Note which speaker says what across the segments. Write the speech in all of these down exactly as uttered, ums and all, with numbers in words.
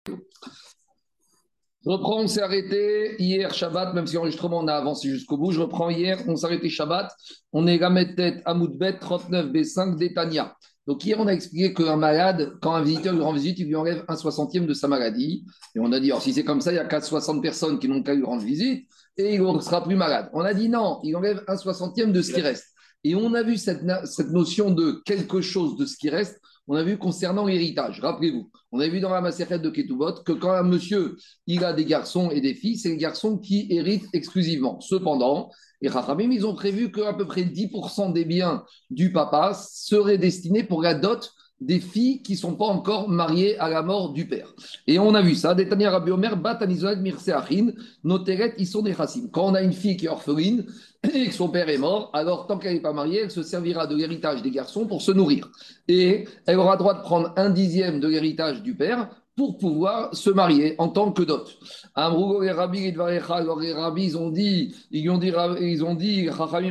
Speaker 1: Je reprends, on s'est arrêté hier Shabbat, même si l'enregistrement on a avancé jusqu'au bout. Je reprends hier, on s'est arrêté Shabbat. On est Gamet Tête Amoudbet trente-neuf B cinq d'Etania. Donc hier, on a expliqué qu'un malade, quand un visiteur lui rend visite, il lui enlève un soixantième de sa maladie. Et on a dit, alors si c'est comme ça, il y a quatre cent soixante personnes qui n'ont qu'à lui rendre visite et il ne sera plus malade. On a dit non, il enlève un soixantième de ce qui reste. Et on a vu cette, cette notion de quelque chose de ce qui reste, on a vu concernant l'héritage. Rappelez-vous, on a vu dans la Maseret de Ketubot que quand un monsieur il a des garçons et des filles, c'est les garçons qui héritent exclusivement. Cependant, les Rachamim, ils ont prévu qu'à peu près dix pour cent des biens du papa seraient destinés pour la dot des filles qui ne sont pas encore mariées à la mort du père. Et on a vu ça. Détania Rabbi Omer, Bat Anizonet Mirseachin, Noteret, ils sont des Chassim. Quand on a une fille qui est orpheline et que son père est mort, alors tant qu'elle n'est pas mariée, elle se servira de l'héritage des garçons pour se nourrir. Et elle aura droit de prendre un dixième de l'héritage du père pour pouvoir se marier en tant que dot. Alors les rabbis, les rabbis, ils ont dit, ils ont dit, ils ont dit,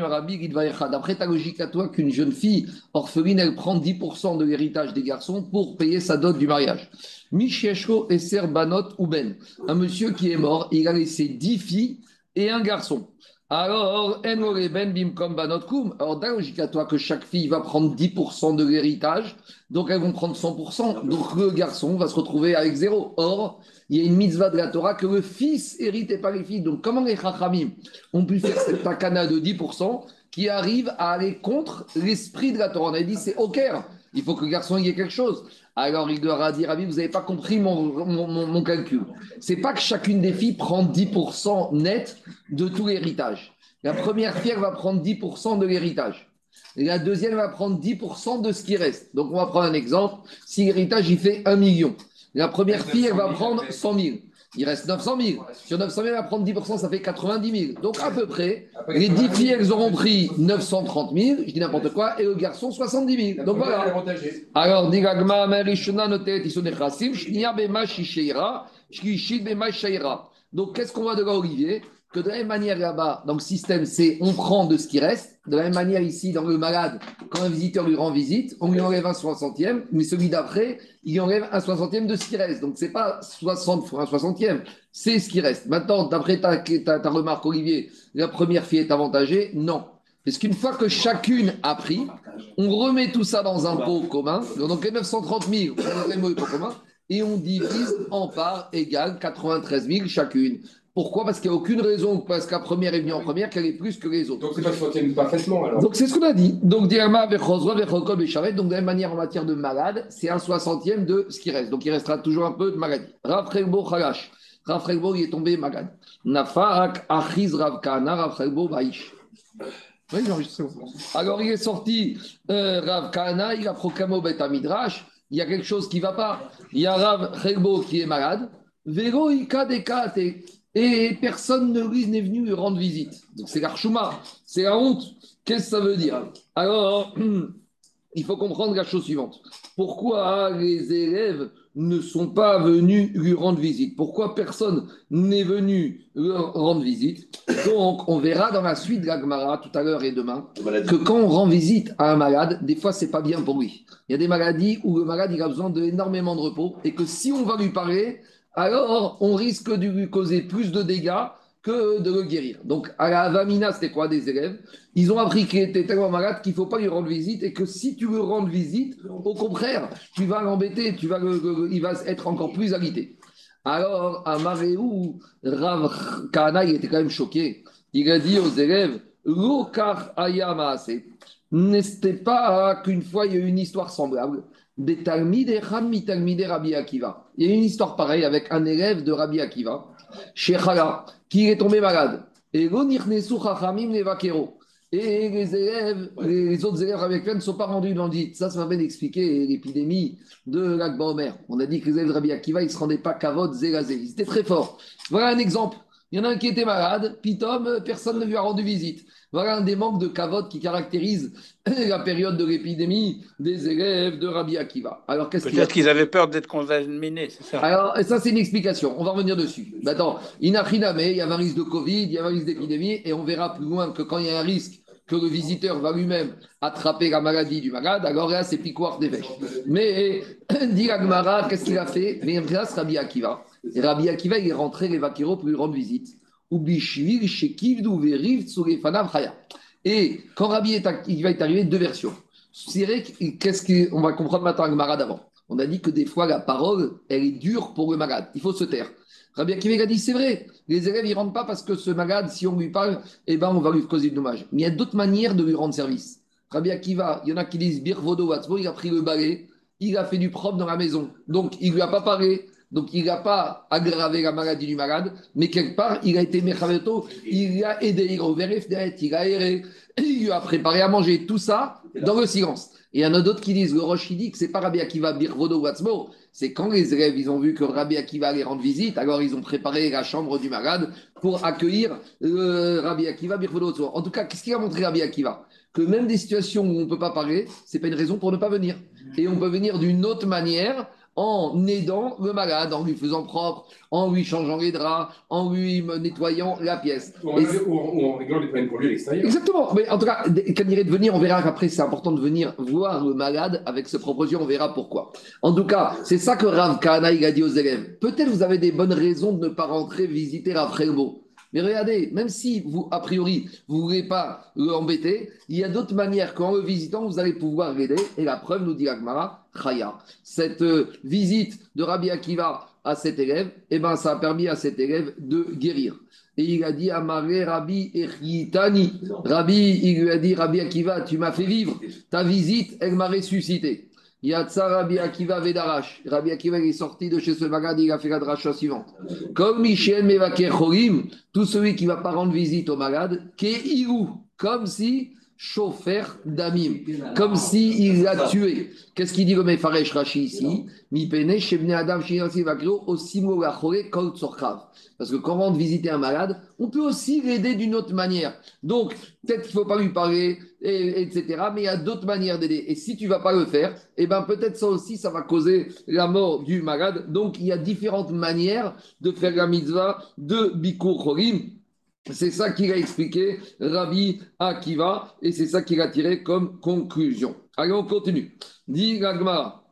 Speaker 1: d'après ta logique à toi, qu'une jeune fille orpheline, elle prend dix pour cent de l'héritage des garçons pour payer sa dot du mariage. Micheshko et Serbanot ou Ben, un monsieur qui est mort, il a laissé dix filles et un garçon. Alors, Ben Bimkom Banot Koum. Alors, dans la logique à toi que chaque fille va prendre dix pour cent de l'héritage, donc elles vont prendre cent pour cent. Donc le garçon va se retrouver avec zéro. Or, il y a une mitzvah de la Torah que le fils hérite et pas les filles. Donc, comment les Chachamim ont pu faire cette takana de dix pour cent qui arrive à aller contre l'esprit de la Torah? On a dit c'est au Caire. Il faut que le garçon y ait quelque chose. Alors il leur a dit, Rabbi, vous n'avez pas compris mon, mon, mon, mon calcul. C'est pas que chacune des filles prend dix pour cent net de tout l'héritage. La première fille, elle va prendre dix pour cent de l'héritage. Et la deuxième va prendre dix pour cent de ce qui reste. Donc on va prendre un exemple. Si l'héritage, il fait un million. La première fille, elle va prendre cent mille. Il reste neuf cent mille. Sur neuf cent mille, elle va prendre dix pour cent, ça fait quatre-vingt-dix mille. Donc à peu près, les dix filles, elles auront pris neuf cent trente mille, je dis n'importe quoi, et le garçon soixante-dix mille. Donc voilà. Alors, Digagma, Merishuna, Notet, Isonechassim, Shnia, Bema, Shisheira, Shkishit, Bema, Shaira. Donc qu'est-ce qu'on voit de là, Olivier? Que de la même manière là-bas, dans le système, c'est on prend de ce qui reste. De la même manière ici, dans le malade, quand un visiteur lui rend visite, on lui enlève un soixantième, mais celui d'après, il lui enlève un soixantième de ce qui reste. Donc, ce n'est pas soixante fois un soixantième, c'est ce qui reste. Maintenant, d'après ta, ta, ta remarque, Olivier, la première fille est avantagée? Non. Parce qu'une fois que chacune a pris, on remet tout ça dans un pot commun. Donc, les neuf cent trente mille, on les met au pot commun et on divise en parts égales quatre-vingt-treize mille chacune. Pourquoi? Parce qu'il n'y a aucune raison, parce que la première est venue en première, qu'elle est plus que les autres.
Speaker 2: Donc c'est pas soixantième parfaitement alors.
Speaker 1: Donc c'est ce qu'on a dit. Donc Diama avec Rosra, avec Rokol et Charet. Donc de la même manière en matière de malade, c'est un soixantième de ce qui reste. Donc il restera toujours un peu de maladie. Rav Chelbo Chalash. Rav Chelbo, il est tombé malade. Nafarak Achiz Rav Kana, Rav Chelbo Baïch. Oui, j'enregistre. Alors il est sorti, euh, Rav Kana, il a proclamé au Beth Midrash, il y a quelque chose qui ne va pas. Il y a Rav Chelbo qui est malade. Vero Ika Dekate. Et personne ne lui n'est venu lui rendre visite. Donc c'est l'archouma, c'est la honte. Qu'est-ce que ça veut dire? Alors, il faut comprendre la chose suivante. Pourquoi les élèves ne sont pas venus lui rendre visite? Pourquoi personne n'est venu lui rendre visite? Donc, on verra dans la suite de la Gemara, tout à l'heure et demain, que quand on rend visite à un malade, des fois, c'est pas bien pour lui. Il y a des maladies où le malade il a besoin d'énormément de repos et que si on va lui parler, alors on risque de lui causer plus de dégâts que de le guérir. Donc, à la Avamina, c'était quoi des élèves? Ils ont appris qu'il était tellement malade qu'il ne faut pas lui rendre visite et que si tu lui rends visite, au contraire, tu vas l'embêter, tu vas le, le, il va être encore plus agité. Alors, à Maréou, Rav Kahana, il était quand même choqué. Il a dit aux élèves, Lokar Ayamase, n'était pas qu'une fois il y a eu une histoire semblable. Des Talmid et Hammi Talmid Rabbi Akiva. Il y a une histoire pareille avec un élève de Rabbi Akiva, chez Chala, qui est tombé malade. Et et les élèves, les autres élèves Rabbi Akiva ne sont pas rendus dans le dit. Ça, ça m'a bien expliqué l'épidémie de l'Akba Omer. On a dit que les élèves de Rabbi Akiva, ils ne se rendaient pas kavod, zélazé. Ils étaient très forts. Voilà un exemple. Il y en a un qui était malade, pitom, personne ne lui a rendu visite. Voilà un des manques de kavod qui caractérise la période de l'épidémie des élèves de Rabbi Akiva. Alors, qu'est-ce
Speaker 3: Peut-être qu'ils avaient peur d'être contaminés, c'est ça.
Speaker 1: Alors, ça, c'est une explication. On va revenir dessus. Maintenant, Inachiname, il y avait un risque de Covid, il y avait un risque d'épidémie, et on verra plus loin que quand il y a un risque que le visiteur va lui-même attraper la maladie du malade, alors là, c'est piquoir des vaches. Mais, dit la Gemara, qu'est-ce qu'il a fait? Mais grâce Rabbi Akiva. Et Rabbi Akiva, il est rentré les vaqueros pour lui rendre visite. Et quand Rabbi Akiva est arrivé, deux versions. C'est vrai qu'est-ce qu'on va comprendre maintenant la Gemara d'avant. On a dit que des fois, la parole, elle est dure pour le malade. Il faut se taire. Rabbi Akiva a dit, c'est vrai, les élèves, ils ne rentrent pas parce que ce malade, si on lui parle, eh ben, on va lui causer du dommage. Mais il y a d'autres manières de lui rendre service. Rabbi Akiva, il y en a qui disent, Bir Vodo Watzbo, il a pris le balai, il a fait du propre dans la maison. Donc, il ne lui a pas parlé. Donc, il n'a pas aggravé la maladie du malade, mais quelque part, il a été mechaveto, il a aidé, il a ouvert les fenêtres, il a aéré, il lui a préparé à manger, tout ça dans le silence. Et il y en a d'autres qui disent, le Roche, il dit que ce n'est pas Rabbi Akiva Bir Vodo Watzbo, c'est quand les élèves ils ont vu que Rabbi Akiva allait rendre visite, alors ils ont préparé la chambre du malade pour accueillir euh, Rabbi Akiva Bir Vodo Watzbo. En tout cas, qu'est-ce qu'il a montré Rabbi Akiva? Que même des situations où on ne peut pas parler, ce n'est pas une raison pour ne pas venir. Et on peut venir d'une autre manière, en aidant le malade, en lui faisant propre, en lui changeant les draps, en lui nettoyant la pièce.
Speaker 2: Ou en, ou en réglant les problèmes pour lui à l'extérieur.
Speaker 1: Exactement. Mais en tout cas, quand il irait de venir, on verra qu'après, c'est important de venir voir le malade avec ce propre yeux, on verra pourquoi. En tout cas, c'est ça que Rav Kahana il a dit aux élèves. Peut-être vous avez des bonnes raisons de ne pas rentrer visiter Rav Chelbo. Mais regardez, même si vous, a priori, vous ne voulez pas l'embêter, il y a d'autres manières qu'en le visitant, vous allez pouvoir l'aider. Et la preuve, nous dit Agmara, Chaya. Cette euh, visite de Rabbi Akiva à cet élève, eh ben, ça a permis à cet élève de guérir. Et il a dit à Maré Rabbi Echitani. Rabbi, il lui a dit, Rabbi Akiva, tu m'as fait vivre. Ta visite, elle m'a ressuscité. Yatsa Rabbi Akiva Vedarash. Rabbi Akiva est sorti de chez ce malade, il a fait la dracha suivante. Comme Michel Mevaker Chorim, tout celui qui ne va pas rendre visite au malade, Ke'iru, comme si chauffeur d'Amim, comme si il l'a tué. Qu'est-ce qu'il dit le Mefaresh Rashi ici? Mi pene shebne Adam shinasi vakro osimo lachore kol tzorchav. Parce que quand on rentre visiter un malade, on peut aussi l'aider d'une autre manière. Donc, peut-être qu'il ne faut pas lui parler, et, etc. Mais il y a d'autres manières d'aider. Et si tu ne vas pas le faire, eh ben, peut-être ça aussi, ça va causer la mort du malade. Donc, il y a différentes manières de faire la mitzvah de Bikur Chorim. C'est ça qu'il a expliqué Rabbi Akiva. Et c'est ça qu'il a tiré comme conclusion. Allez, on continue. Dit Gagmara.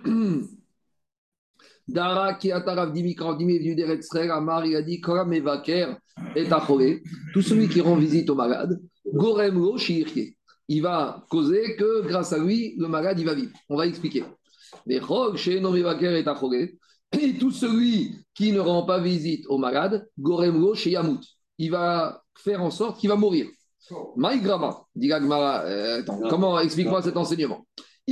Speaker 1: Dara qui a Tarav Dimi, quand Dimi est venu d'Eretzrel, Amar, il a dit Koram Evaker est achoré. Tout celui qui rend visite au malade, Gorem Lo Shirke. Il va causer que grâce à lui, le malade, il va vivre. On va expliquer. Mais Chog, chez Nom Evaker est achoré. Et tout celui qui ne rend pas visite au malade, Gorem Lo Yamut. Il va faire en sorte qu'il va mourir. Maïgrama, dit Gagmara, euh, attends, comment, explique-moi cet enseignement.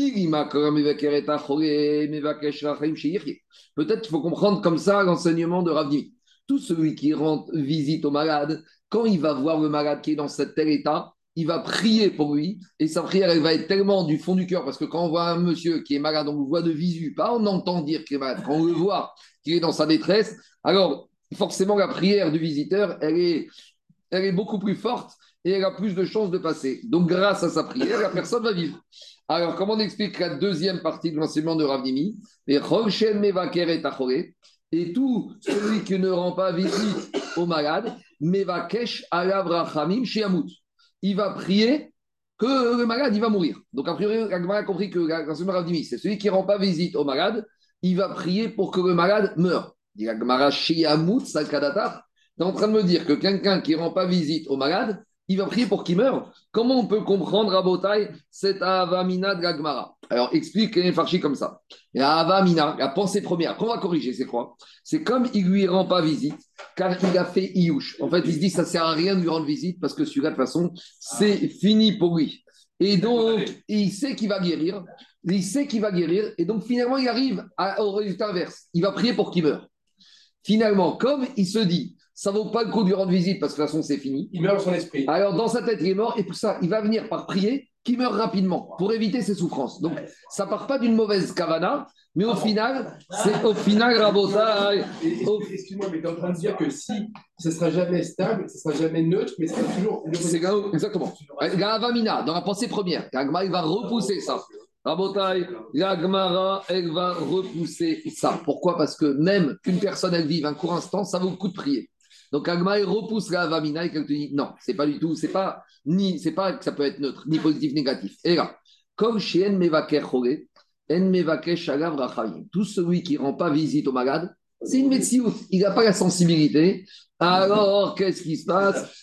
Speaker 1: Peut-être qu'il faut comprendre comme ça l'enseignement de Rav Dimi. Tout celui qui rend visite au malade, quand il va voir le malade qui est dans cet tel état, il va prier pour lui et sa prière elle va être tellement du fond du cœur parce que quand on voit un monsieur qui est malade, on le voit de visu, pas on entend dire qu'il est malade, quand on le voit qu'il est dans sa détresse, alors forcément la prière du visiteur, elle est, elle est beaucoup plus forte et elle a plus de chances de passer. Donc grâce à sa prière, la personne va vivre. Alors, comment on explique la deuxième partie de l'enseignement de Rav Dimi? Et tout celui qui ne rend pas visite au malade, Mevakesh alav rachamim she'amut. Il va prier que le malade, il va mourir. Donc, a priori, la Gemara a compris que l'enseignement de Rav Dimi, c'est celui qui ne rend pas visite au malade, il va prier pour que le malade meure. Il dit la Gemara she'amut salkadatar. Tu es en train de me dire que quelqu'un qui ne rend pas visite au malade, il va prier pour qu'il meure. Comment on peut comprendre, Rabotai, cette Avamina de la Gemara? Alors, explique les Farchi comme ça. La Avamina, la pensée première, qu'on va corriger, c'est quoi? C'est comme il ne lui rend pas visite, car il a fait Iouch. En fait, il se dit, ça ne sert à rien de lui rendre visite, parce que celui-là, de toute façon, c'est fini pour lui. Et donc, il sait qu'il va guérir. Il sait qu'il va guérir. Et donc, finalement, il arrive à, au résultat inverse. Il va prier pour qu'il meure. Finalement, comme il se dit, ça ne vaut pas le coup de lui rendre visite parce que de toute façon, c'est fini.
Speaker 2: Il meurt dans son esprit.
Speaker 1: Alors, dans sa tête, il est mort et pour ça, il va venir par prier qu'il meure rapidement pour éviter ses souffrances. Donc, ça ne part pas d'une mauvaise kavana, mais au final, c'est au final, Rabota.
Speaker 2: Au... Excuse-moi, mais tu es en train de dire que si ce ne sera jamais stable, ce ne sera jamais neutre, mais c'est toujours.
Speaker 1: C'est exactement. Gavamina, dans la pensée première, Gagma, il va repousser ça. Rabotai, la Gemara, elle va repousser ça. Pourquoi? Parce que même qu'une personne, elle vive un court instant, ça vaut le coup de prier. Donc Agma repousse la Vamina et qu'elle te dit non, c'est pas du tout, c'est pas ni, c'est pas que ça peut être neutre, ni positif, ni négatif. Et là, comme chez En Mevaker Chore, En Mevaker Shalav Rachamim, tout celui qui ne rend pas visite au malade, c'est une médecine, il n'a pas la sensibilité. Alors, qu'est-ce qui se passe?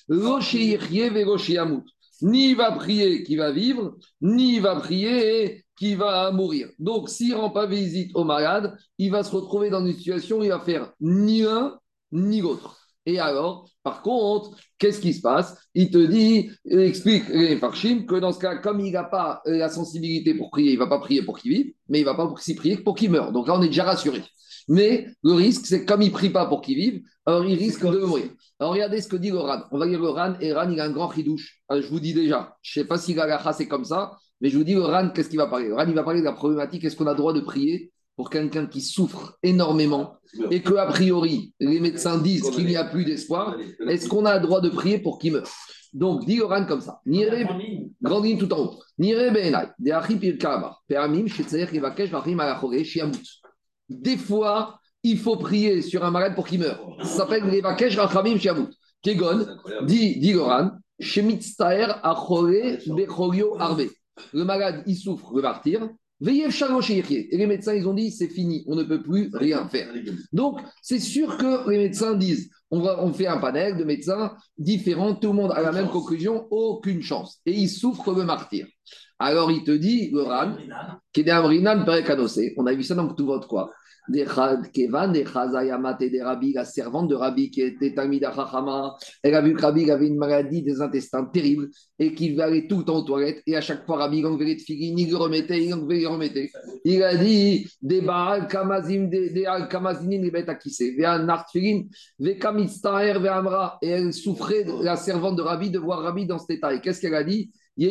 Speaker 1: Ni il va prier qui va vivre, ni il va prier qui va mourir. Donc, s'il ne rend pas visite au malade, il va se retrouver dans une situation où il va faire ni l'un, ni l'autre. Et alors, par contre, qu'est-ce qui se passe? Il te dit, il explique les Farshim que dans ce cas, comme il n'a pas la sensibilité pour prier, il ne va pas prier pour qu'il vive, mais il ne va pas s'y prier pour qu'il meure. Donc là, on est déjà rassuré. Mais le risque, c'est que comme il ne prie pas pour qu'il vive, alors il risque de mourir. Alors regardez ce que dit le Ran. On va lire le Ran, et Ran, il a un grand chidouche. Alors, je vous dis déjà, je ne sais pas si la c'est comme ça, mais je vous dis le Ran, qu'est-ce qu'il va parler? Le Ran, il va parler de la problématique, est-ce qu'on a le droit de prier pour quelqu'un qui souffre énormément et qu'a priori, les médecins disent qu'il n'y a plus d'espoir, est-ce qu'on a le droit de prier pour qu'il meure? Donc, dit le Ran comme ça. Grande ligne tout en haut. Nire Benai, de Achipir Kaba, Peramim, Chetzer, Kivakesh, Vachim, Alachore, Shiamut. Des fois, il faut prier sur un malade pour qu'il meure. Ça s'appelle les Vakesh Rachamim Shiamut. Kegon, dit, dit Goran, Shemitztaer Achore Bechorio Arbe. Le malade, il souffre, le martyr. Veillez Et les médecins, ils ont dit, c'est fini, on ne peut plus rien faire. Donc, c'est sûr que les médecins disent, on, va, on fait un panel de médecins différents, tout le monde a la même conclusion, aucune chance. Et il souffre le martyr. Alors, il te dit, le Ran, on a vu ça dans tout votre quoi. Des Kevan, des Chazayamat et des Rabbi, la servante de Rabbi qui était Tamida Chachama, elle a vu que Rabbi avait une maladie des intestins terrible et qu'il allait tout le temps aux toilettes. Et à chaque fois, Rabbi enlevait les tefilines, il le remettait, il enlevait, il le remettait. Il a dit des Baal Kamazim, des Al Kamazinin, les bêtes à kissé, des Nartfilin, des Kamitstaher, des Amra. Et elle souffrait, la servante de Rabbi, de voir Rabbi dans cet état. Et qu'est-ce qu'elle a dit?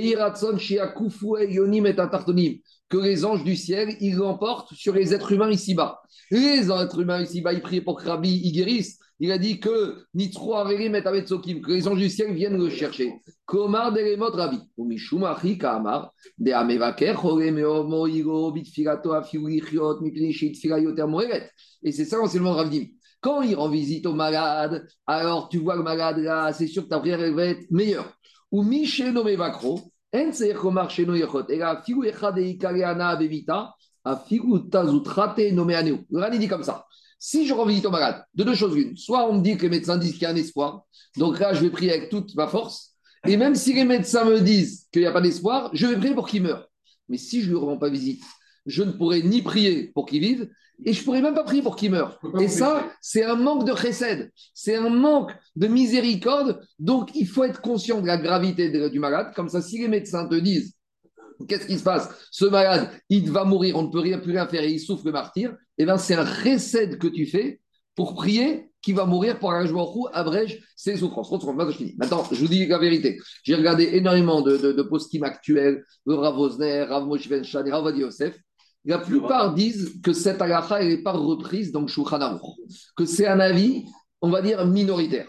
Speaker 1: Que les anges du ciel, ils l'emportent sur les êtres humains ici-bas. Les êtres humains ici-bas, ils priaient pour que Rabbi ils guérisse. Il a dit que Nitro Averim et Avetsokim, que les anges du ciel viennent le chercher. Komar Delemot Rabbi. Umishumachi Kamar, De Amevaker, Horemeo, Moigo, Bitfilato, Afiulichiot, Mipnishit, Filayoter Moeret. Et c'est ça l'enseignement de Rabbi. Quand il rend visite au malade, alors tu vois le malade là, c'est sûr que ta prière elle va être meilleure. Ou Micheno Mevakro, en Seir Marcheno Yechot, et la Figu Echade Ikaleana Bevita, a Figu Tazutrate Nomeaneu. Le Rani dit comme ça. Si je rends visite au malade, de deux choses l'une, soit on me dit que les médecins disent qu'il y a un espoir, donc là je vais prier avec toute ma force, et même si les médecins me disent qu'il n'y a pas d'espoir, je vais prier pour qu'il meure. Mais si je ne lui rends pas visite, je ne pourrai ni prier pour qu'il vive, et je ne pourrais même pas prier pour qu'il meure. Et ça, c'est un manque de chesed, c'est un manque de miséricorde. Donc, il faut être conscient de la gravité de- du malade. Comme ça, si les médecins te disent, qu'est-ce qui se passe? Ce malade, il va mourir, on ne peut rien, plus rien faire et il souffre le martyr. Eh bien, c'est un chesed que tu fais pour prier qu'il va mourir pour un jour abrège ses souffrances. Maintenant, je vous dis la vérité. J'ai regardé énormément de, de, de post-kim actuels, de Rav Osner, Rav Moshe Ben Shani, Rav Adi Yosef. La plupart disent que cette halakha n'est pas reprise dans le Shulchan Aruch, que c'est un avis, on va dire, minoritaire.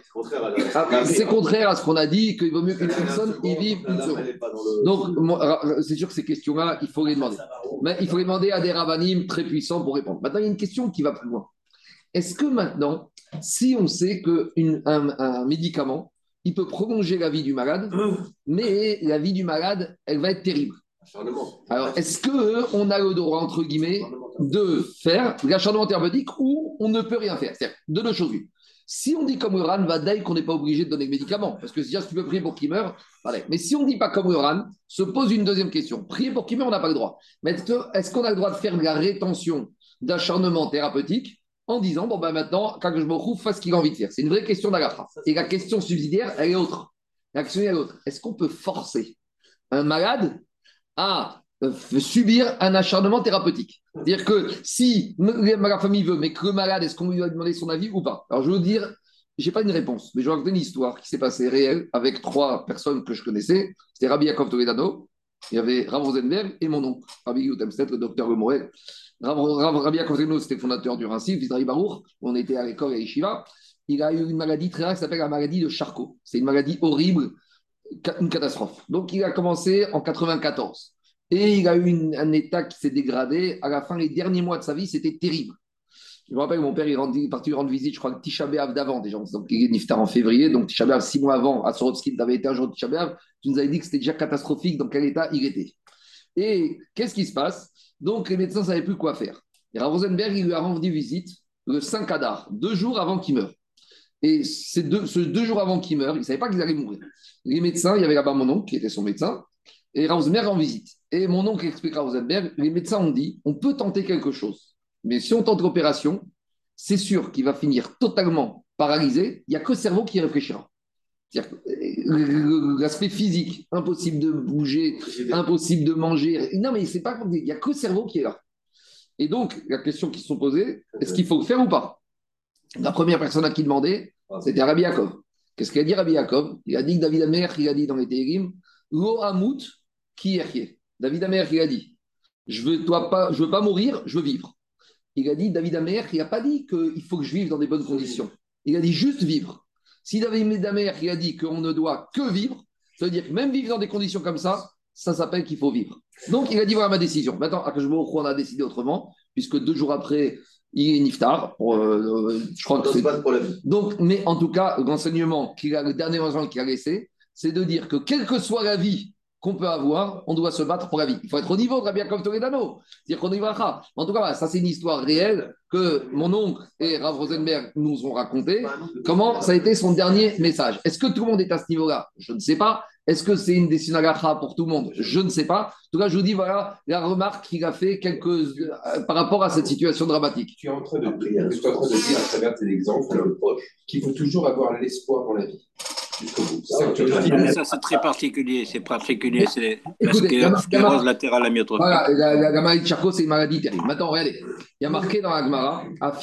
Speaker 1: Ah, c'est contraire à ce qu'on a dit, qu'il vaut mieux qu'une personne y vive une seconde. Donc, moi, c'est sûr que ces questions-là, il faut les demander. Mais il faut les demander à des rabbinim très puissants pour répondre. Maintenant, il y a une question qui va plus loin. Est-ce que maintenant, si on sait qu'un un médicament, il peut prolonger la vie du malade, mais la vie du malade, elle va être terrible. Alors, est-ce qu'on a le droit, entre guillemets, de faire l'acharnement thérapeutique ou on ne peut rien faire? C'est-à-dire, de deux choses. Si on dit comme le Ran Vadaï qu'on n'est pas obligé de donner le médicament, parce que si tu peux prier pour qu'il meure, allez. Mais si on ne dit pas comme le Ran, se pose une deuxième question. Prier pour qu'il meure, on n'a pas le droit. Mais est-ce qu'on a le droit de faire de la rétention d'acharnement thérapeutique en disant, bon, ben maintenant, quand je me retrouve, fasse ce qu'il a envie de faire? C'est une vraie question d'Agafa. Et la question subsidiaire, elle est autre. La question est autre. Est-ce qu'on peut forcer un malade à subir un acharnement thérapeutique? C'est-à-dire que si la famille veut, mais que le malade, est-ce qu'on lui doit demander son avis ou pas? Alors je veux dire, je n'ai pas une réponse, mais je vais vous raconter une histoire qui s'est passée réelle avec trois personnes que je connaissais. C'était Rabbi Yaakov Toledano, il y avait Rav Rosenberg et mon oncle, Rabbi Youtemstet, le docteur Lemoel. Rav, Rav, Rabbi Yaakov Toledano, c'était le fondateur du Rinci, fils d'Ari Baruch, où on était à l'école et à Yeshiva. Il a eu une maladie très rare qui s'appelle la maladie de Charcot. C'est une maladie horrible, une catastrophe. Donc il a commencé en quatre-vingt-quatorze. Et il a eu une- un état qui s'est dégradé. À la fin, les derniers mois de sa vie, c'était terrible. Je me rappelle, mon père, il est parti rendre visite, je crois, le Tisha B'Av d'avant déjà. Donc, il est niftar en février. Donc, Tisha B'Av, six mois avant, à Sorotsky, tu avais été un jour de Tisha B'Av. Tu nous avais dit que c'était déjà catastrophique, dans quel état il était. Et qu'est-ce qui se passe? Donc, les médecins ne savaient plus quoi faire. Et Rav Rosenberg, il lui a rendu visite le cinq Adar, deux jours avant qu'il meure. Et ces deux, ce deux jours avant qu'il meure, il ne savait pas qu'ils allaient mourir. Les médecins, il y avait là-bas mon oncle, qui était son médecin, et Rav Rosenberg en visite. Et mon oncle explique à Rav Rosenberg, les médecins ont dit, on peut tenter quelque chose. Mais si on tente l'opération, c'est sûr qu'il va finir totalement paralysé. Il n'y a que le cerveau qui réfléchira. C'est-à-dire que l'aspect physique, impossible de bouger, impossible de manger. Non, mais c'est pas il n'y a que le cerveau qui est là. Et donc, la question qui se sont posées, est-ce qu'il faut le faire ou pas? La première personne à qui demander, c'était Rabbi Yaakov. Qu'est-ce qu'il a dit Rabbi Yaakov? Il a dit que David Amer, il a dit dans les Télim, Lo Hamout ki yachye. David Amer, il a dit, je veux, toi, pas, je veux pas mourir, je veux vivre. Il a dit, David Amer, il n'a pas dit qu'il faut que je vive dans des bonnes conditions. Il a dit juste vivre. Si David Amer, il a dit qu'on ne doit que vivre, ça veut dire que même vivre dans des conditions comme ça, ça s'appelle qu'il faut vivre. Donc, il a dit, voilà ma décision. Maintenant, Akashbo, on a décidé autrement, puisque deux jours après, il est niftar. Euh, je crois que c'est... Donc, mais en tout cas, l'enseignement, qu'il a, le dernier enseignement qu'il a laissé, c'est de dire que quelle que soit la vie qu'on peut avoir, on doit se battre pour la vie. Il faut être au niveau de Rabbi Yaakov Toledano. C'est-à-dire qu'on y va. En tout cas, ça, c'est une histoire réelle que mon oncle et Rav Rosenberg nous ont raconté. Comment ça a été son dernier message. Est-ce que tout le monde est à ce niveau-là? Je ne sais pas. Est-ce que c'est une décision agacha pour tout le monde? Je ne sais pas. En tout cas, je vous dis, voilà la remarque qu'il a fait quelques... euh, par rapport à cette situation dramatique.
Speaker 2: Tu es en train de, tu es en train de dire à travers tes exemples qu'il faut toujours avoir l'espoir dans la vie.
Speaker 3: Ça, ça c'est très particulier. C'est particulier, c'est la sclérose latérale amyotrophique.
Speaker 1: Voilà, la, la, la maladie de Charcot, c'est une maladie terrible. Maintenant, regardez, il y a marqué dans la Gemara,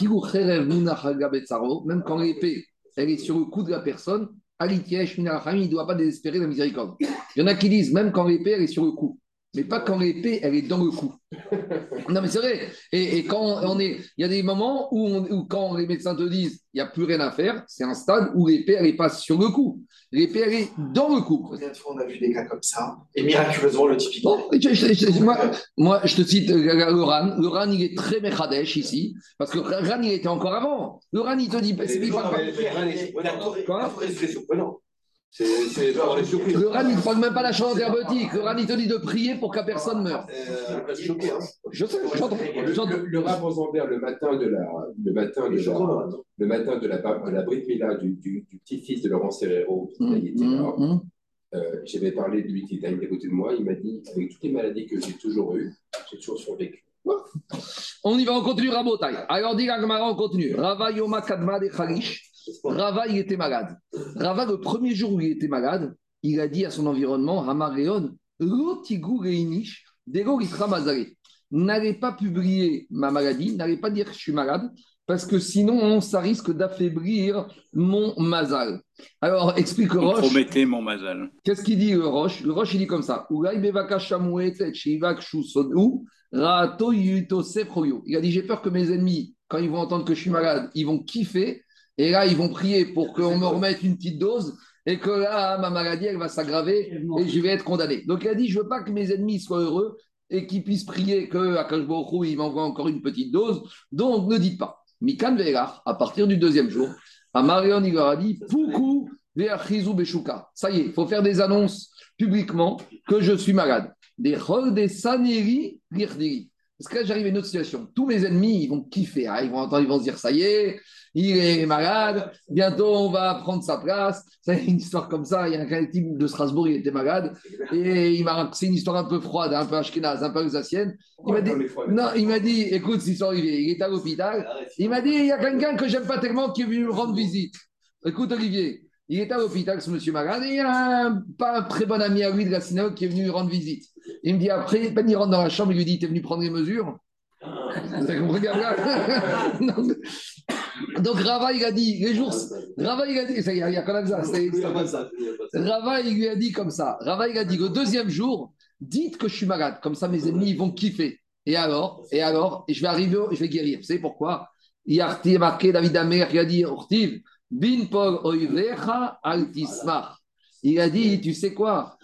Speaker 1: même quand l'épée, elle est sur le cou de la personne, il ne doit pas désespérer la miséricorde. Il y en a qui disent, même quand l'épée, elle est sur le cou, mais pas quand l'épée, elle est dans le cou. Non, mais c'est vrai. Et, et quand on est, il y a des moments où, on, où quand les médecins te disent, il n'y a plus rien à faire, c'est un stade où l'épée, elle n'est pas sur le cou. L'épée, elle est dans le cou.
Speaker 4: Combien de fois on a vu des cas comme ça? Et miraculeusement, le typique.
Speaker 1: Bon, je, je, je, moi, moi, je te cite le RAN. Le RAN, il est très Mechadesh ici, parce que le RAN, il était encore avant. Le RAN, il te dit. C'est, il parle pas. Quoi?
Speaker 2: C'est, c'est genre les surprises.
Speaker 1: Le RAN, il ne parle même pas de la chambre thérapeutique. Le RAN, il te dit de prier pour que la personne meure.
Speaker 2: Euh, choqué, hein.
Speaker 1: Je sais, j'entends.
Speaker 2: Le, le, le Rav Rosenberg, le matin de la, le matin de la, le matin de la, de la Brit Mila du, du, du petit-fils de Laurent Serrero, qui mmh, était là, mmh. euh, j'avais parlé de lui, qui était à côté de moi, il m'a dit, avec toutes les maladies que j'ai toujours eues, j'ai toujours survécu.
Speaker 1: On y va, on continue, Rabotai. Alors, dit Gagmara, on continue. Rava Yoma Kadma de Khalish. Rava, il était malade. Rava, le premier jour où il était malade, il a dit à son environnement, Hamareon, Rotigu Reinish, Dego Litra Mazare. N'allez pas publier ma maladie, n'allez pas dire que je suis malade, parce que sinon, ça risque d'affaiblir mon mazal. Alors, explique le Roche.
Speaker 3: Promettez mon mazal.
Speaker 1: Qu'est-ce qu'il dit le Roche? Le Roche, il dit comme ça. Il a dit, j'ai peur que mes ennemis, quand ils vont entendre que je suis malade, ils vont kiffer. Et là, ils vont prier pour qu'on me remette une petite dose et que là, ma maladie, elle va s'aggraver et je vais être condamné. Donc, il a dit, je ne veux pas que mes ennemis soient heureux et qu'ils puissent prier qu'Akash Baruch Hu, il m'envoie encore une petite dose. Donc, ne dites pas. Mikan Ve'elach, à partir du deuxième jour, à Marion, il leur a dit, Poukou Ve'achizou Beshuka. Ça y est, il faut faire des annonces publiquement que je suis malade. Des Chol des Saneri Lirdiri. Parce que là, j'arrive à une autre situation. Tous mes ennemis, ils vont kiffer. Hein. Ils vont entendre, ils vont se dire, ça y est, il est malade, bientôt on va prendre sa place. C'est une histoire comme ça. Il y a un type de Strasbourg, il était malade. Et il m'a, c'est une histoire un peu froide, un peu ashkénaze, un peu alsacienne. Il m'a dit, non, il m'a dit, écoute, s'ils sont arrivés, il est à l'hôpital. Il m'a dit, il y a quelqu'un que j'aime pas tellement qui est venu me rendre visite. Écoute, Olivier, il est à l'hôpital, ce monsieur malade, et il y a un, pas un très bon ami à lui de la synagogue qui est venu lui rendre visite. Il me dit après, Ben il rentre dans la chambre, il lui dit, t'es venu prendre les mesures? T'as compris, Gabriel? donc, donc Rava, il a dit, les jours, Rava, il a dit, il y a, il y a quand même ça. C'est, c'est, Rava, il lui a dit comme ça. Rava, il a dit, le deuxième jour, dites que je suis malade, comme ça mes ennemis, ils vont kiffer. Et alors, et alors, et je vais arriver, je vais guérir. Vous savez pourquoi? Il y a marqué, David Amer, il a dit, Ortiv, bin pog oivecha altismar. Il a dit, tu sais quoi?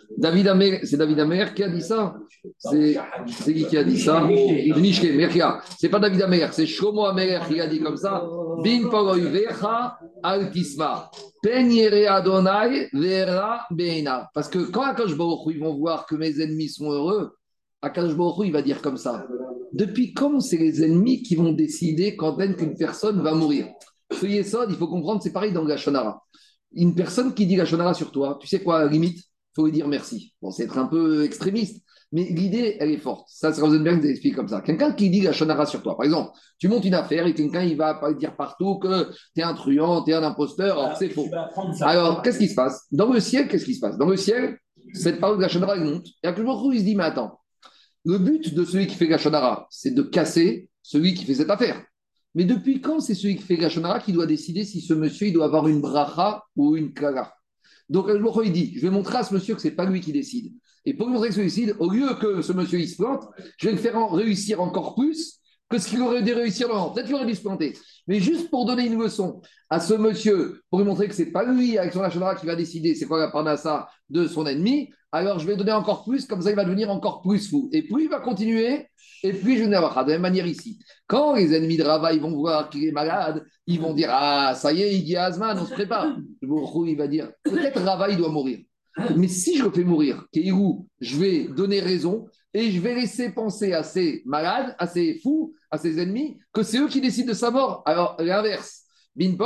Speaker 1: David Amer, c'est David Amer qui a dit ça. C'est c'est qui qui a dit ça? Mishke, Merkia. C'est pas David Amer, c'est Shlomo Amer qui a dit comme ça. Bin poroivecha altisma. Penyere Adonai vera beina. Parce que quand Akash Baruch Hu, ils vont voir que mes ennemis sont heureux, Akash Baruch Hu, il va dire comme ça. Depuis quand c'est les ennemis qui vont décider quand même qu'une personne va mourir? Ce Yesod, il faut comprendre, c'est pareil dans le Shonara. Une personne qui dit la Shonara sur toi, tu sais quoi, à la limite, il faut lui dire merci. Bon, c'est être un peu extrémiste, mais l'idée, elle est forte. Ça, c'est Rosenberg qui explique comme ça. Quelqu'un qui dit la Shonara sur toi, par exemple, tu montes une affaire et quelqu'un, il va pas dire partout que tu es un truand, tu es un imposteur, alors c'est faux. Alors, qu'est-ce qui se passe? Dans le ciel, qu'est-ce qui se passe? Dans le ciel, cette parole de la Shonara, elle monte. Et à quel moment il se dit, mais attends, le but de celui qui fait la Shonara, c'est de casser celui qui fait cette affaire. Mais depuis quand c'est celui qui fait la Shonara qui doit décider si ce monsieur il doit avoir une bracha ou une kala? Donc, il dit, je vais montrer à ce monsieur que ce n'est pas lui qui décide. Et pour lui montrer que ce décide, au lieu que ce monsieur il se plante, je vais le faire en réussir encore plus que ce qu'il aurait dû réussir avant. Peut-être qu'il aurait dû se planter. Mais juste pour donner une leçon à ce monsieur, pour lui montrer que ce n'est pas lui, avec son Shonara, qui va décider c'est quoi la parnassa de son ennemi, alors je vais donner encore plus, comme ça il va devenir encore plus fou. Et plus il va continuer, et plus je vais avoir. De la même manière ici, quand les ennemis de Rava ils vont voir qu'il est malade, ils vont dire ah, ça y est, il dit Azman, on se prépare. Il va dire peut-être Rava il doit mourir. Mais si je le fais mourir, Kéhirou, je vais donner raison et je vais laisser penser à ces malades, à ces fous, à ces ennemis, que c'est eux qui décident de sa mort. Alors, l'inverse. Donc,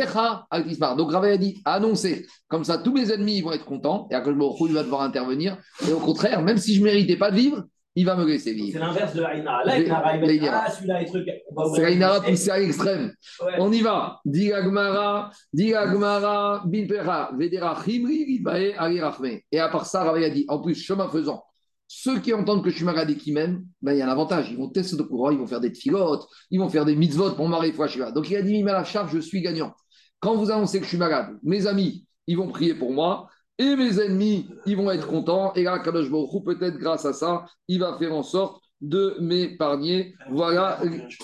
Speaker 1: Rava a dit annoncer. Comme ça, tous mes ennemis ils vont être contents et Akash Baruch Hu, il va devoir intervenir. Et au contraire, même si je ne méritais pas de vivre, il va me laisser vivre.
Speaker 5: C'est l'inverse de Aïnara. Là, Aïnara, il va dire ah, celui-là est truc.
Speaker 1: C'est Aïnara poussé à l'extrême. Ouais. On y va. Diga Gmara, Diga Gmara, Binpera, Vedera Chimri, Ribae, Ali Rachme. Et à part ça, Rava a dit en plus, chemin faisant, ceux qui entendent que je suis malade et qui m'aiment, ben, il y a un avantage. Ils vont tester de courant, ils vont faire des tfilotes, ils vont faire des mitzvot pour m'arrêter fois Shiva. Donc il a dit, la charge, je suis gagnant. Quand vous annoncez que je suis malade, mes amis, ils vont prier pour moi. Et mes ennemis, ils vont être contents. Et là, Kadosh Baruch Hu, peut-être grâce à ça, il va faire en sorte de m'épargner. Voilà.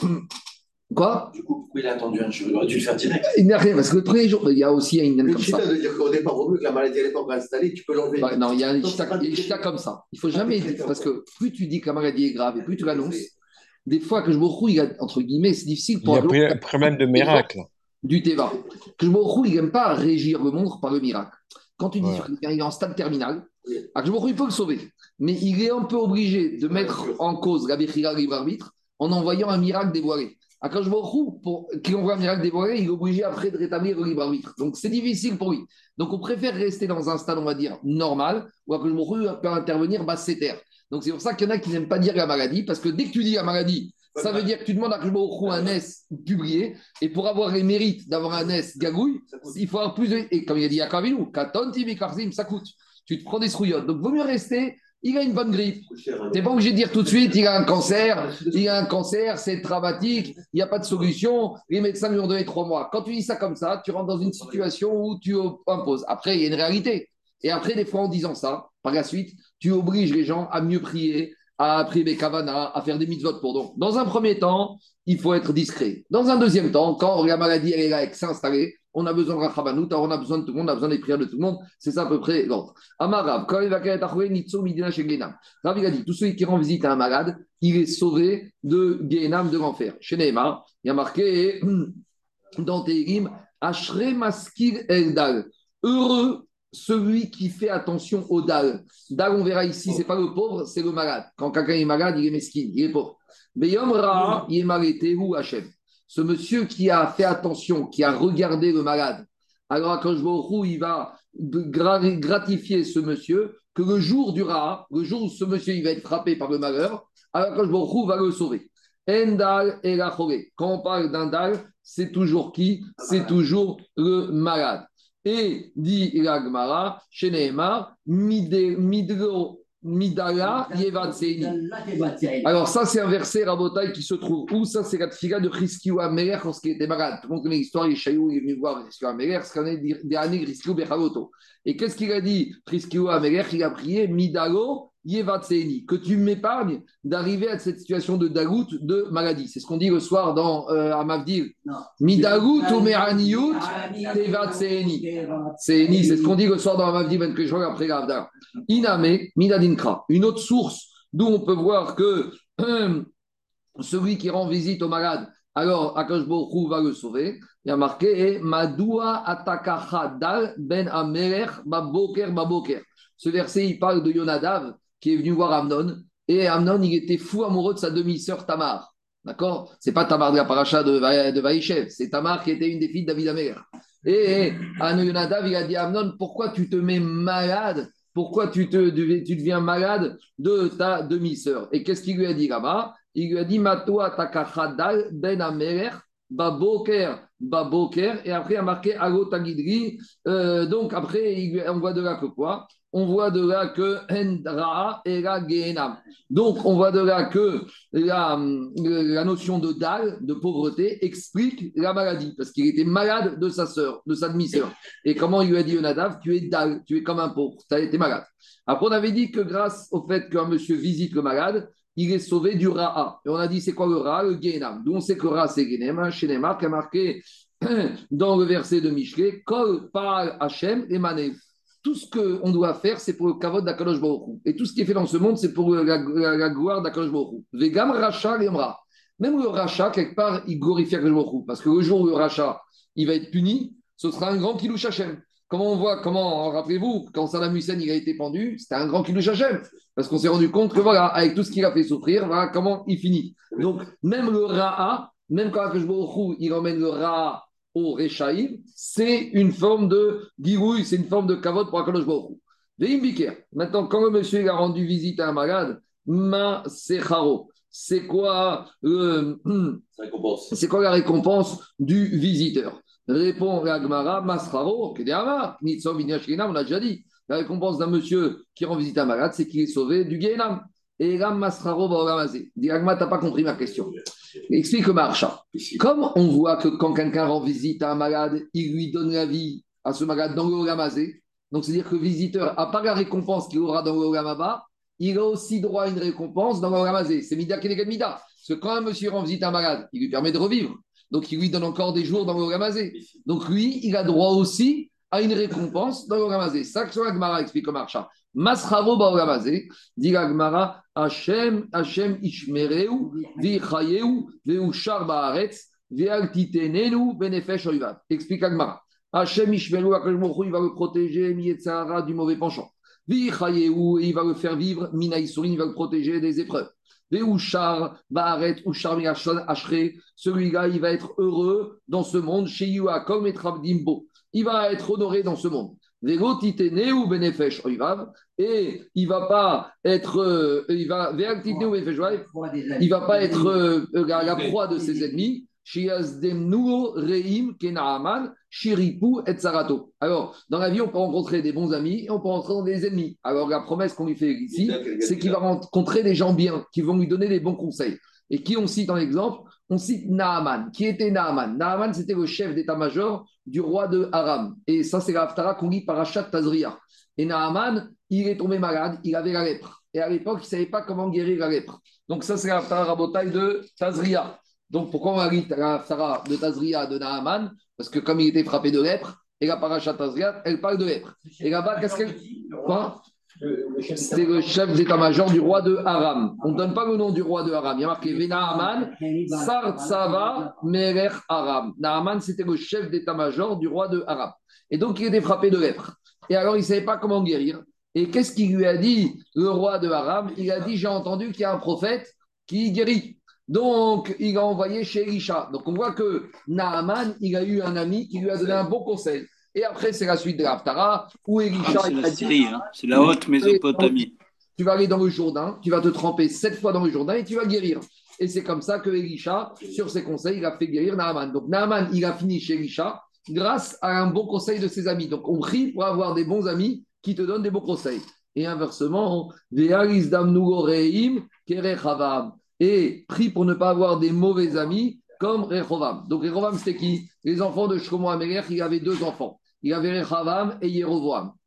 Speaker 1: Quoi?
Speaker 4: Du coup, pourquoi il a attendu un jour? Il aurait dû le faire direct.
Speaker 1: Il n'a rien, parce que le premier jour, il y a aussi une comme ça.
Speaker 4: Le de dire qu'au départ, au mieux que la maladie n'est pas installée, tu peux l'enlever.
Speaker 1: Bah, non, il y a un chita comme ça. Il ne faut jamais dire, parce que plus tu dis que la maladie est grave et plus tu l'annonces, des fois, que je me retrouve, entre guillemets, c'est difficile pour.
Speaker 6: Il y a un problème de miracle.
Speaker 1: Du Teva. Que je me retrouve, il n'aime pas régir le monde par le miracle. Quand tu dis ouais. sur quelqu'un, il est en stade terminal, alors il peut le sauver. Mais il est un peu obligé de mettre en cause la Bechira libre arbitre en envoyant un miracle dévoilé. Alors quand je me retrouve, pour qu'il envoie un miracle dévoilé, il est obligé après de rétablir le libre arbitre. Donc c'est difficile pour lui. Donc on préfère rester dans un stade, on va dire, normal, où que je me retrouve peut intervenir basse terre. Donc c'est pour ça qu'il y en a qui n'aiment pas dire la maladie, parce que dès que tu dis la maladie, ça veut dire que tu demandes à Kajbaourou un S publié, et pour avoir les mérites d'avoir un S gagouille, il faut avoir plus de. Et comme il a dit à Kavilou, Katon, Tibi, Karzim, ça coûte. Tu te prends des srouillottes. Donc, vaut mieux rester. Il a une bonne grippe. Tu n'es pas obligé de dire tout de suite il a un cancer, il a un cancer, c'est dramatique, il n'y a pas de solution, les médecins lui ont donné trois mois. Quand tu dis ça comme ça, tu rentres dans une situation où tu imposes. Après, il y a une réalité. Et après, des fois, en disant ça, par la suite, tu obliges les gens à mieux prier, à prier Kavana, à faire des mitzvot pour donc. Dans un premier temps, il faut être discret. Dans un deuxième temps, quand la maladie elle est là et que c'est installé, on a besoin de Rachabanout, on a besoin de tout le monde, on a besoin des prières de tout le monde. C'est ça à peu près l'ordre. Amarav, quand il va Rav, il a dit, tout celui qui rend visite à un malade, il est sauvé de Guénam, de l'enfer. Chez Neymar, il y a marqué dans Tehillim, Ashre Maskil Eldal. Heureux celui qui fait attention au dal. Dal, on verra ici, c'est pas le pauvre, c'est le malade. Quand quelqu'un est malade, il est mesquine, il est pauvre. Beyom Ra, il est malade, ou Hachem. Ce monsieur qui a fait attention, qui a regardé le malade, alors quand je vois il va gratifier ce monsieur que le jour du Ra, le jour où ce monsieur il va être frappé par le malheur, alors quand je vois va le sauver. Endal et la choré. Quand on parle d'un dal, c'est toujours qui? C'est toujours le malade. Et dit la Gemara, chez Nehemar, Midro, Midala, Yevatseini. Alors, ça, c'est un verset Rabotai qui se trouve où? Ça, c'est la tfila de Chiskiou Améler lorsqu'il était malade. Tout le monde connaît l'histoire, Yeshaïou est venu voir Chiskiou Améler, ce qu'on a des années Chiskiou Bechaloto. Et qu'est-ce qu'il a dit, Chiskiou Améler? Il a prié Midalo, Yevatseeni, que tu m'épargnes d'arriver à cette situation de dagout, de maladie. C'est ce qu'on dit le soir dans euh, Amavdil. Midagout ou me'aniyut, tevatseeni. Seeni, c'est ce qu'on dit le soir dans Amavdil, ben que je vois après l'Avdar. Iname, minadinkra. Une autre source d'où on peut voir que euh, celui qui rend visite au malade, alors Akash Baruch Hu va le sauver. Il y a marqué Madoua atakachadal ben amelech baboker baboker. Ce verset, il parle de Yonadav qui est venu voir Amnon. Et Amnon, il était fou amoureux de sa demi-sœur Tamar. D'accord? C'est pas Tamar de la paracha de, de Vaïchev, c'est Tamar qui était une des filles de David Amelech. Et Yonadav, il a dit à Amnon, pourquoi tu te mets malade? Pourquoi tu, te, tu deviens malade de ta demi-sœur? Et qu'est-ce qu'il lui a dit là-bas? Il lui a dit Matoa takachadal ben amelech baboker baboker. Et après, il a marqué Alo tagidri. Euh, donc, après, il, on voit de là que quoi? On voit de là que Endra et la Gehenam. Donc, on voit de là que la, la notion de dal, de pauvreté, explique la maladie, parce qu'il était malade de sa sœur, de sa demi-sœur. Et comment il lui a dit Yonadav, tu es dal, tu es comme un pauvre, tu as été malade. Après, on avait dit que grâce au fait qu'un monsieur visite le malade, il est sauvé du Ra'a. Et on a dit, c'est quoi le Ra'a? Le Gehenam. D'où on sait que Ra'a, c'est Gehenam. Chez Neymar, qui a marqué dans le verset de Michelet, Kol Pa'al Hashem Emanev. Tout ce qu'on doit faire, c'est pour le kavod d'Akadosh Baruch Hu. Et tout ce qui est fait dans ce monde, c'est pour la, la, la gloire d'Akadosh Baruch Hu. Vegam Racha Lemra. Même le Racha, quelque part, il glorifie Akadosh Baruch Hu. Parce que le jour où le Racha, il va être puni, ce sera un grand Kilouch Hashem. Comment on voit, comment, rappelez-vous, quand Saddam Hussein il a été pendu, c'était un grand Kilouch Hashem. Parce qu'on s'est rendu compte que voilà, avec tout ce qu'il a fait souffrir, voilà comment il finit. Donc, même le Ra'a, même quand Akadosh Baruch Hu, il emmène le Ra'a au Rechaïm, c'est une forme de girouille, c'est une forme de kavod pour Akadosh Baruch Hu. Veim Biker. Maintenant, quand le monsieur il a rendu visite à un malade, ma secharo. C'est quoi, euh, c'est quoi la récompense du visiteur? Répond la Gemara, Masraro, Kedéama, Nitzom, Vinyashkinam, on l'a déjà dit. La récompense d'un monsieur qui rend visite à un malade, c'est qu'il est sauvé du Gehenam. Et là, Masraro va ramazé. Dis, Agma, tu n'as pas compris ma question. Explique le marcha. Comme on voit que quand quelqu'un rend visite à un malade, il lui donne la vie à ce malade dans le ramazé. Donc, c'est-à-dire que le visiteur, à part la récompense qu'il aura dans le ramaba, il a aussi droit à une récompense dans le ramazé. C'est Mida Keneged Mida. Parce que quand un monsieur rend visite à un malade, il lui permet de revivre. Donc, il lui donne encore des jours dans le ramazé. Donc, lui, il a droit aussi à une récompense dans le ramazé. Ça que la Gemara explique comme marcha. Masravo ba ramazé, dit la Gemara, Hashem, Hashem ishmereu, vichayeu, veushar baaretz, ve'altitenenu, benefesh oivav. Explique la Gemara. Hashem ishmereu, il va le protéger, miyetzara, du mauvais penchant. Vichayeu, il va le faire vivre, minaïsorin, il va le protéger des épreuves. Veushar baaretz, ushar miachon ashre, celui-là, il va être heureux dans ce monde, chez Yuakom et Travdimbo. Il va être honoré dans ce monde. Et il va pas être, euh, il va, il va pas être euh, la, la proie de ses ennemis. Alors, dans la vie, on peut rencontrer des bons amis et on peut rencontrer des ennemis. Alors, la promesse qu'on lui fait ici, c'est qu'il va rencontrer des gens bien, qui vont lui donner des bons conseils. Et qui on cite en exemple? On cite Naaman. Qui était Naaman? Naaman, c'était le chef d'état-major du roi de Aram. Et ça, c'est la Haftara qu'on lit par Achat Tazria. Et Naaman, il est tombé malade, il avait la lèpre. Et à l'époque, il ne savait pas comment guérir la lèpre. Donc ça, c'est la Haftara Rabotai de Tazria. Donc pourquoi on lit la Haftara de Tazria de Naaman? Parce que comme il était frappé de lèpre, et la Parashat Tazria, elle parle de lèpre. Et là-bas, qu'est-ce qu'elle... Quoi? C'était le chef d'état-major du roi de Aram. On ne donne pas le nom du roi de Aram. Il y a marqué Naaman, Sartsava, Melech Aram. Naaman, c'était le chef d'état-major du roi de Aram. Et donc, il était frappé de lèpre. Et alors, il ne savait pas comment guérir. Et qu'est-ce qu'il lui a dit, le roi de Aram? Il a dit, j'ai entendu qu'il y a un prophète qui guérit. Donc, il a envoyé chez Elisha. Donc, on voit que Naaman, il a eu un ami qui lui a donné un bon conseil. Et après, c'est la suite de l'Haftara, où Elisha...
Speaker 3: Ah, c'est la Syrie, hein. C'est la haute Mésopotamie.
Speaker 1: Tu vas aller dans le Jourdain, tu vas te tremper sept fois dans le Jourdain et tu vas guérir. Et c'est comme ça que Elisha, sur ses conseils, il a fait guérir Naaman. Donc Naaman, il a fini chez Elisha grâce à un bon conseil de ses amis. Donc on prie pour avoir des bons amis qui te donnent des bons conseils. Et inversement, et prie pour ne pas avoir des mauvais amis comme Rehovam. Donc Rehovam, c'était qui? Les enfants de Shlomo HaMelech, il avait deux enfants. Il avait Rehavam et Yerovoam.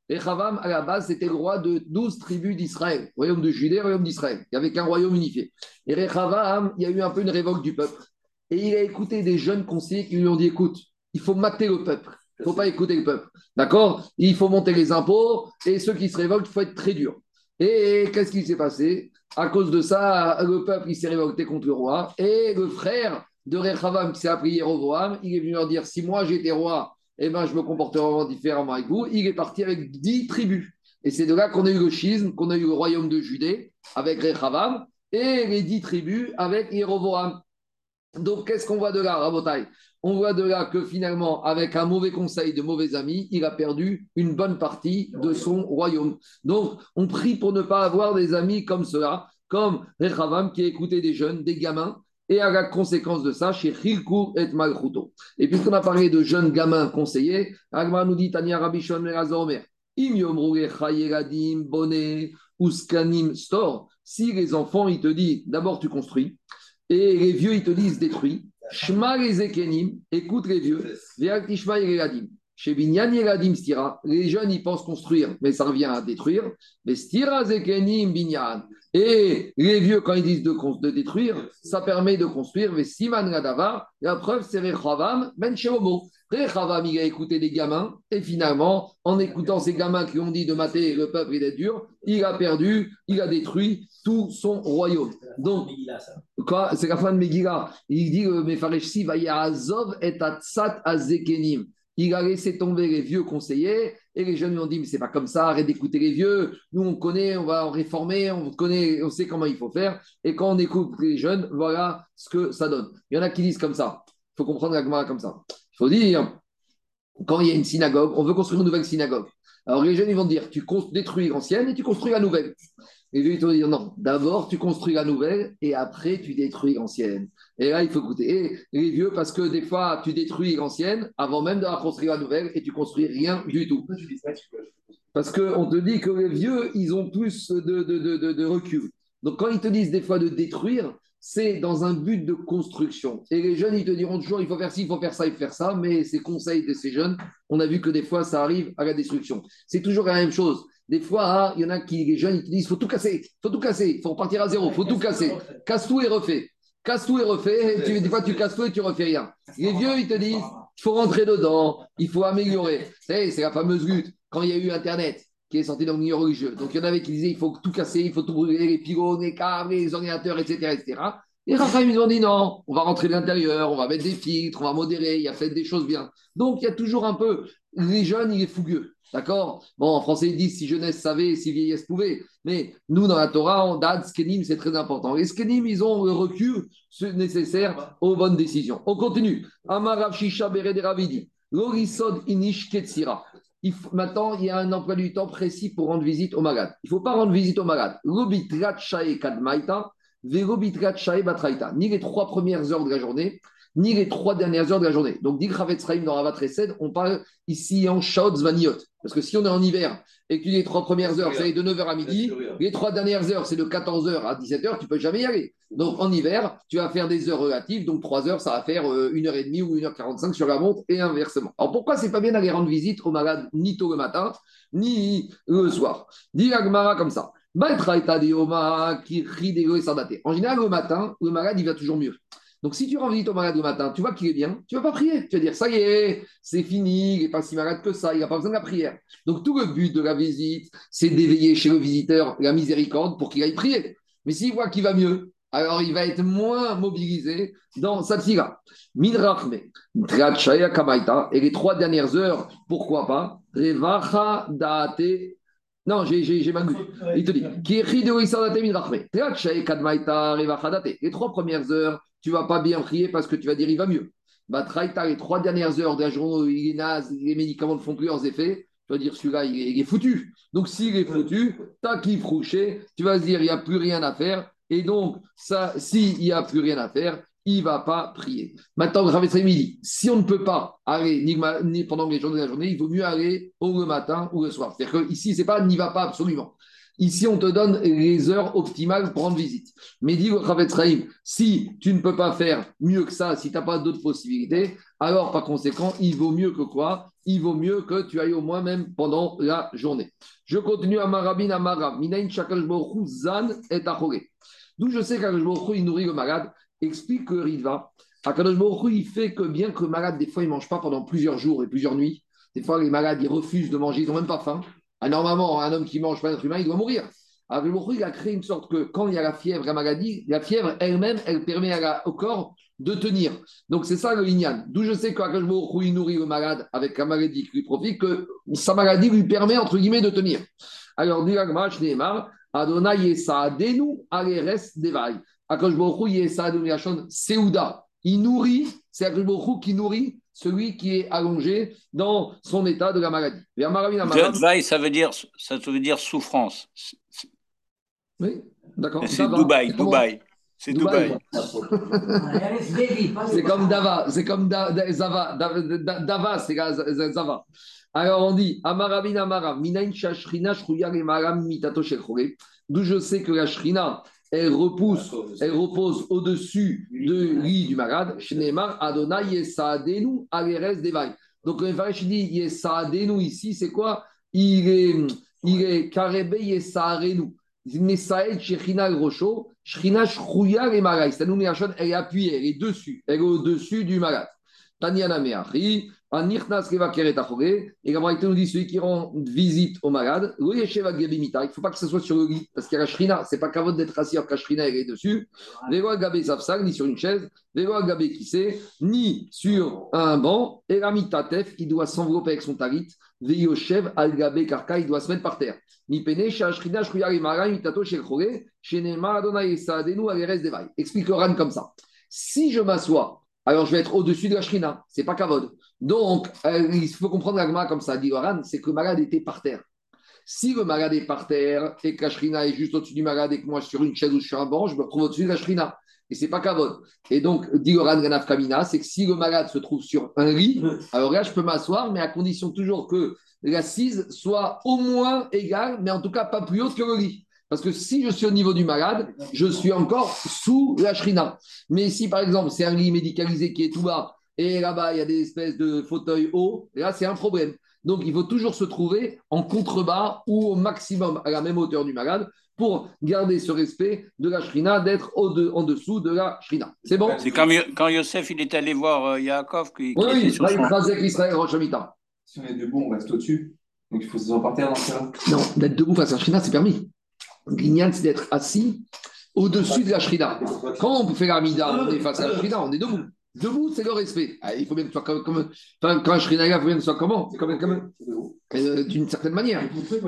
Speaker 1: Rechavam, à la base, c'était le roi de douze tribus d'Israël, royaume de Judée, royaume d'Israël. Il n'y avait qu'un royaume unifié. Et Rechavam, il y a eu un peu une révolte du peuple. Et il a écouté des jeunes conseillers qui lui ont dit écoute, il faut mater le peuple. Il ne faut pas écouter le peuple. D'accord? Il faut monter les impôts et ceux qui se révoltent, il faut être très dur. Et qu'est-ce qui s'est passé? À cause de ça, le peuple il s'est révolté contre le roi. Et le frère de Rechavam, qui s'est appelé Jéroboam, il est venu leur dire si moi j'étais roi, eh ben, je me comporterais différemment avec vous. Il est parti avec dix tribus. Et c'est de là qu'on a eu le schisme, qu'on a eu le royaume de Judée avec Rechavam et les dix tribus avec Jéroboam. Donc, qu'est-ce qu'on voit de là, Rabotai? On voit de là que finalement, avec un mauvais conseil de mauvais amis, il a perdu une bonne partie de son royaume. Donc, on prie pour ne pas avoir des amis comme cela, comme Rechavam qui a écouté des jeunes, des gamins, et à la conséquence de ça, chez Chilkour et Malchuto. Et puisqu'on a parlé de jeunes gamins conseillers, Agma nous dit Tania Rabishon Merazomer, Im Yomru Chayeladim Boné Uskanim Stor. Si les enfants, ils te disent d'abord tu construis, et les vieux, ils te disent détruis. Shma les Ekenim, écoute les vieux. Ve'aktishma Yeladim. Chez Binyan Yeladim Stira, les jeunes, ils pensent construire, mais ça revient à détruire. Mais Stira Zekenim Binyan. Et les vieux, quand ils disent de, de détruire, ça permet de construire. Mais Siman Ladavar, la preuve, c'est Rechavam Ben Sheomo. Rechavam, il a écouté des gamins, et finalement, en écoutant ces gamins qui ont dit de mater le peuple et d'être dur, il a perdu, il a détruit tout son royaume. Donc, quoi, c'est la fin de Megillah. Il dit Mefareshsi va Azov et Atsat Azekenim. Il a laissé tomber les vieux conseillers et les jeunes lui ont dit mais c'est pas comme ça, arrête d'écouter les vieux. Nous on connaît, on va en réformer, on connaît, on sait comment il faut faire. Et quand on écoute les jeunes, voilà ce que ça donne. Il y en a qui disent comme ça. Il faut comprendre la Gemara comme ça. Il faut dire quand il y a une synagogue, on veut construire une nouvelle synagogue. Alors les jeunes ils vont dire tu détruis l'ancienne et tu construis la nouvelle. Et lui, il va dire non, d'abord tu construis la nouvelle et après tu détruis l'ancienne. Et là, il faut écouter. Et les vieux, parce que des fois, tu détruis l'ancienne avant même d'avoir construit la nouvelle et tu construis rien du tout. Parce qu'on te dit que les vieux, ils ont plus de, de, de, de, de recul. Donc quand ils te disent des fois de détruire, c'est dans un but de construction. Et les jeunes, ils te diront toujours il faut faire ci, il faut faire ça, il faut faire ça. Mais ces conseils de ces jeunes, on a vu que des fois, ça arrive à la destruction. C'est toujours la même chose. Des fois, il y en a qui, les jeunes, ils te disent, il faut tout casser, il faut tout casser, il faut repartir à zéro, il faut tout casser. Casse tout et refais. Casse tout et refais. Tu, des fois, tu casses tout et tu refais rien. Les vieux, ils te disent, il faut rentrer dedans, il faut améliorer. Vous savez, c'est la fameuse lutte. Quand il y a eu Internet, qui est sorti dans le milieu religieux. Donc, il y en avait qui disaient, il faut tout casser, il faut tout brûler, les pylônes, les câbles, les ordinateurs, et cetera, et cetera. Et Raphaël, ils ont dit non, on va rentrer de l'intérieur, on va mettre des filtres, on va modérer, il y a fait des choses bien. Donc, il y a toujours un peu, les jeunes, il est fougueux. D'accord? Bon, en français, ils disent si jeunesse savait, si vieillesse pouvait. Mais nous, dans la Torah, on date skenim, c'est très important. Les skenim, ils ont le recul nécessaire aux bonnes décisions. On continue. Amarav Shisha Bered Ravidi. Lorisod Inish Ketsira. Maintenant, il y a un emploi du temps précis pour rendre visite aux malades. Il ne faut pas rendre visite aux malades. Lobitrat Shae Kadmaita, Velobitrat Shae Batraita. Ni les trois premières heures de la journée, ni les trois dernières heures de la journée. Donc, dit Ravetz Chaim dans Ravat Resed, on parle ici en Shaot Zvaniot. Parce que si on est en hiver et que tu dis les trois premières heures, c'est de neuf heures à midi, les trois dernières heures, c'est de quatorze heures à dix-sept heures, tu ne peux jamais y aller. Donc, en hiver, tu vas faire des heures relatives, donc trois heures, ça va faire une heure trente ou une heure quarante-cinq sur la montre et inversement. Alors, pourquoi c'est pas bien d'aller rendre visite aux malades ni tôt le matin, ni le soir? Dit Agmara comme ça. En général, le matin, le malade, il va toujours mieux. Donc, si tu rends visite au malade le matin, tu vois qu'il est bien, tu ne vas pas prier. Tu vas dire, ça y est, c'est fini, il n'est pas si malade que ça, il n'a pas besoin de la prière. Donc, tout le but de la visite, c'est d'éveiller chez le visiteur la miséricorde pour qu'il aille prier. Mais s'il voit qu'il va mieux, alors il va être moins mobilisé dans sa tira. Midrachme, Trachaya Kamaita, et les trois dernières heures, pourquoi pas, Revacha Daate. Non, j'ai mal lu. Il te dit, les trois premières heures, tu ne vas pas bien prier parce que tu vas dire il va mieux. Bah, les trois dernières heures de la journée, il est naze, les médicaments ne font plus leurs effets. Tu vas dire celui-là, il, il est foutu. Donc, s'il est foutu, t'as qui frouché, tu vas se dire il n'y a plus rien à faire. Et donc, ça, s'il n'y a plus rien à faire, il ne va pas prier. Maintenant, Rav midi, si on ne peut pas aller ni, ni pendant les journées de la journée, il vaut mieux aller ou le matin ou le soir. C'est-à-dire qu'ici, ce n'est pas n'y va pas absolument. Ici, on te donne les heures optimales pour rendre visite. Mais dit le Chavetz Chaim, si tu ne peux pas faire mieux que ça, si tu n'as pas d'autres possibilités, alors par conséquent, il vaut mieux que quoi? Il vaut mieux que tu ailles au moins même pendant la journée. Je continue à Marabin Amara, Minaïn Shakash Baruch Zan et Achore. D'où je sais qu'Akadosh Baruch Hu, il nourrit le malade, explique que Ritva, Akadosh Baruch Hu, il fait que bien que le malade, des fois, il ne mange pas pendant plusieurs jours et plusieurs nuits, des fois, les malades, ils refusent de manger, ils n'ont même pas faim. Ah, normalement, un homme qui mange pas d'être humain, il doit mourir. Akadosh Baruch Hu, il a créé une sorte que quand il y a la fièvre, la maladie, la fièvre elle-même, elle permet à la, au corps de tenir. Donc, c'est ça le lignan. D'où je sais qu'Akadosh Baruch Hu, il nourrit le malade avec la maladie qui lui profite, que sa maladie lui permet, entre guillemets, de tenir. Alors, dit l'Agma, Shneemar, Adonai Yesaadenu Aleres Devai. Akadosh Baruch Hu Yesaadenu Yashon Seuda. Il nourrit, c'est Akadosh Baruch Hu qui nourrit celui qui est allongé dans son état de la maladie.
Speaker 3: Devai, ça veut dire, ça veut dire souffrance.
Speaker 1: Oui, d'accord.
Speaker 3: C'est Dubaï, Dubaï. C'est Dubaï.
Speaker 1: C'est comme Dava, c'est comme da, da, Zava, da, da, Dava, c'est Zava. Alors on dit Amarabin Amara, Minain Shashrina Shruyar et Maram Mitato Shekhore. D'où je sais que la Shrina, elle repousse, elle repose au-dessus de lit du malade. Shneemar Adonai Yesaadenu Aleres Devai. Donc le Mefarish dit Yesaadenu ici, c'est quoi? Il est, il est Karebe Yesaarenu. Mesael Shechina Rocho, Shrina Shruyar et Marai. C'est nous, elle est appuyée, elle est dessus, elle est au-dessus du malade. Tanyana Meachi. Et la Braïta nous dit celui qui rend visite au malade, il ne faut pas que ce soit sur le lit, parce qu'il y a la shrina, ce n'est pas cavode d'être assis alors que la shrina elle est dessus. Vélo Gabé Safsal, ni sur une chaise, Vélo Gabé qui sait, ni sur un banc. Et la mitatef, il doit s'envelopper avec son talit. Veyoshev al Gabé Karka, il doit se mettre par terre. Ni pene, Shrina, Shruyari Mara, Mitato, Shelchore, Shenema, Adonai Saadenu, Aleres Devai. Explique le Ran comme ça. Si je m'assois, alors je vais être au-dessus de la shrina, ce n'est pas kavod. Donc, euh, il faut comprendre l'agma comme ça, dit Oran, c'est que le malade était par terre. Si le malade est par terre et que la shrina est juste au-dessus du malade et que moi je suis sur une chaise ou sur un banc, je me retrouve au-dessus de la shrina. Et ce n'est pas kavod. Et donc, dit Oran Ganaf Kamina, c'est que si le malade se trouve sur un lit, alors là, je peux m'asseoir, mais à condition toujours que l'assise soit au moins égale, mais en tout cas pas plus haute que le lit. Parce que si je suis au niveau du malade, je suis encore sous la shrina. Mais si, par exemple, c'est un lit médicalisé qui est tout bas, et là-bas, il y a des espèces de fauteuils hauts, et là, c'est un problème. Donc, il faut toujours se trouver en contrebas ou au maximum à la même hauteur du malade pour garder ce respect de la shrina, d'être au-de, en dessous de la shrina. C'est bon?
Speaker 3: C'est quand, quand Yosef il est allé voir euh, Yaakov qui, qui
Speaker 1: oui,
Speaker 3: était sur
Speaker 1: son...
Speaker 3: Israël,
Speaker 2: si on est debout, on reste au-dessus. Donc, il faut se par terre dans ce cas-là.
Speaker 1: Non, d'être debout face à la shrina, c'est permis. L'ignan, c'est d'être assis au-dessus de la shrina. Quand on fait la mida, on est face à la shrina, on est debout. Debout, c'est le respect. Ah, il faut bien que ce soit comme. comme enfin, quand un shrina, il faut bien que ce soit comment? Comme, comme, euh, d'une certaine manière.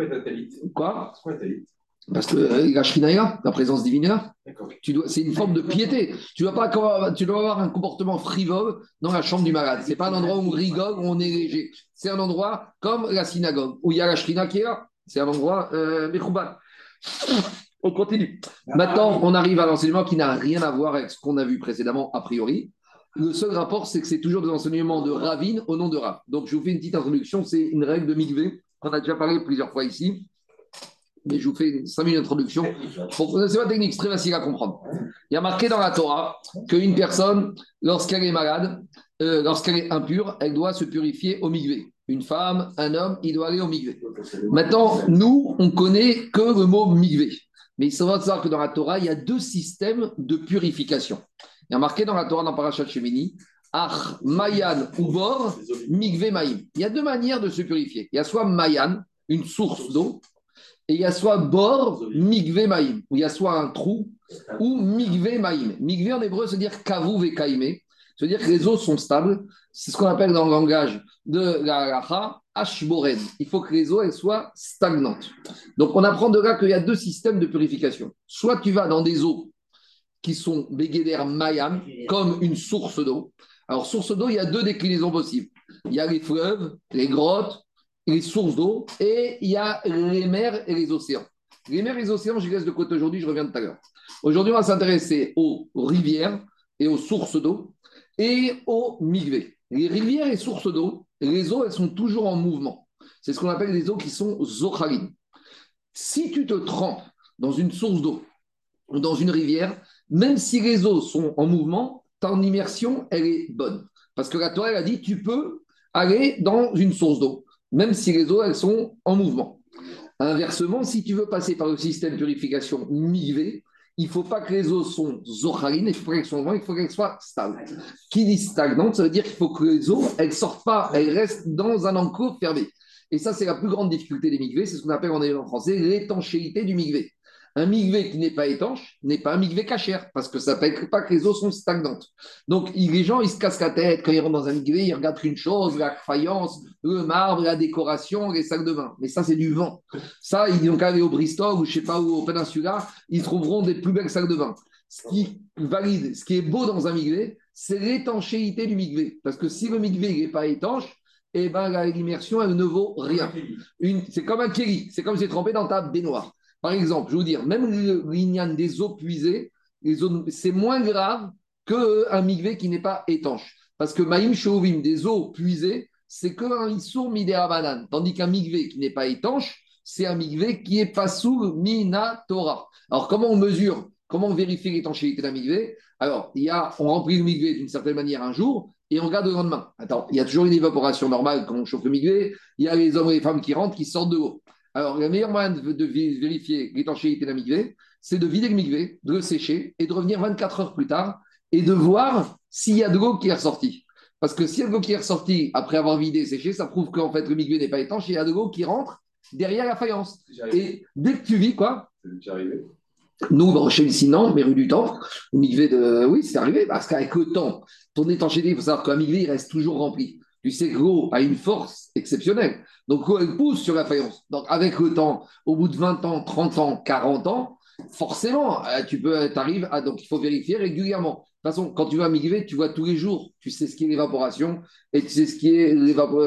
Speaker 1: Quoi? Parce que euh, la shrina est là, la présence divine est là. Tu dois, c'est une forme de piété. Tu dois pas, tu dois avoir un comportement frivole dans la chambre du malade. C'est pas un endroit où on rigole, où on est léger. C'est un endroit comme la synagogue, où il y a la shrina qui est là. C'est un endroit euh, méchouban. On continue. Maintenant, on arrive à l'enseignement qui n'a rien à voir avec ce qu'on a vu précédemment, a priori. Le seul rapport, c'est que c'est toujours des enseignements de Ravine au nom de Rav. Donc, je vous fais une petite introduction. C'est une règle de Mikvé qu'on a déjà parlé plusieurs fois ici. Mais je vous fais une cinq minutes d'introduction. C'est pas technique, c'est très facile à comprendre. Il y a marqué dans la Torah qu'une personne, lorsqu'elle est malade, euh, lorsqu'elle est impure, elle doit se purifier au Mikvé. Une femme, un homme, il doit aller au Mikvé. Maintenant, nous, on connaît que le mot Mikvé. Mais il faut savoir que dans la Torah, il y a deux systèmes de purification. Il y a marqué dans la Torah, dans Parashat Shemini, Ach, Mayan ou Bor, Mikvé Maïm. Il y a deux manières de se purifier. Il y a soit Mayan, une source d'eau, et il y a soit Bor, Mikvé Maïm, où il y a soit un trou, ou Mikvé Maïm. Mikvé en hébreu, c'est dire Kavu ve Kaime, c'est-à-dire que les eaux sont stables. C'est ce qu'on appelle dans le langage de la halacha, Ashboren. Il faut que les eaux elles soient stagnantes. Donc on apprend de là qu'il y a deux systèmes de purification. Soit tu vas dans des eaux qui sont Begeder Mayam, comme une source d'eau. Alors, source d'eau, il y a deux déclinaisons possibles. Il y a les fleuves, les grottes, les sources d'eau, et il y a les mers et les océans. Les mers et les océans, je laisse de côté aujourd'hui, je reviens tout à l'heure. Aujourd'hui, on va s'intéresser aux rivières et aux sources d'eau et aux mikvés. Les rivières et sources d'eau, les eaux, elles sont toujours en mouvement. C'est ce qu'on appelle les eaux qui sont zochalim. Si tu te trempes dans une source d'eau ou dans une rivière, même si les eaux sont en mouvement, ton immersion, elle est bonne. Parce que la Torah, elle a dit, tu peux aller dans une source d'eau, même si les eaux, elles sont en mouvement. Inversement, si tu veux passer par le système de purification migvé, il ne faut pas que les eaux soient zocharines, il faut qu'elles soient, il faut qu'elles soient stables. Qui dit stagnante, ça veut dire qu'il faut que les eaux, elles ne sortent pas, elles restent dans un enclos fermé. Et ça, c'est la plus grande difficulté des migvés, c'est ce qu'on appelle en élément français l'étanchéité du migvé. Un migvé qui n'est pas étanche n'est pas un migvé cachère, parce que ça ne fait pas que les eaux sont stagnantes. Donc, les gens, ils se cassent la tête quand ils rentrent dans un migvé, ils regardent qu'une chose, la faïence, le marbre, la décoration, les sacs de bain. Mais ça, c'est du vent. Ça, ils n'ont qu'à aller au Bristol ou je ne sais pas où, au Peninsula, ils trouveront des plus belles sacs de bain. Ce qui valide, ce qui est beau dans un migvé, c'est l'étanchéité du migvé. Parce que si le migvé n'est pas étanche, eh ben, l'immersion, elle ne vaut rien. Une, c'est comme un kéli, c'est comme si tu trempé dans ta baignoire. Par exemple, je veux dire, même l'ignan des eaux puisées, les eaux, c'est moins grave qu'un migvé qui n'est pas étanche. Parce que maïm shovim, des eaux puisées, c'est qu'un issour midera banane. Tandis qu'un migvé qui n'est pas étanche, c'est un migvé qui est pas sous minatora. Alors, comment on mesure, comment on vérifie l'étanchéité d'un migvé? Alors, il y a, on remplit le migvé d'une certaine manière un jour et on regarde le lendemain. Attends, il y a toujours une évaporation normale quand on chauffe le migvé. Il y a les hommes et les femmes qui rentrent, qui sortent de l'eau. Alors, le meilleur moyen de, de vérifier l'étanchéité d'un migvé, c'est de vider le migvé, de le sécher et de revenir vingt-quatre heures plus tard et de voir s'il y a de l'eau qui est ressortie. Parce que s'il y a de l'eau qui est ressortie après avoir vidé et séché, ça prouve qu'en fait le migvé n'est pas étanche et il y a de l'eau qui rentre derrière la faïence. Et dès que tu vis, quoi
Speaker 2: C'est déjà arrivé.
Speaker 1: Nous, dans chez ici, non, mais rue du Temple, le migvé de. Oui, c'est arrivé, parce qu'avec le temps, ton étanchéité, il faut savoir qu'un migvé, il reste toujours rempli. Tu sais que l'eau a une force exceptionnelle. Donc, l'eau, elle pousse sur la faïence. Donc, avec le temps, au bout de vingt ans, trente ans, quarante ans, forcément, tu peux, t'arrives à. Donc, il faut vérifier régulièrement. De toute façon, quand tu vas à migvé, tu vois tous les jours, tu sais ce qui est l'évaporation et tu sais ce qui est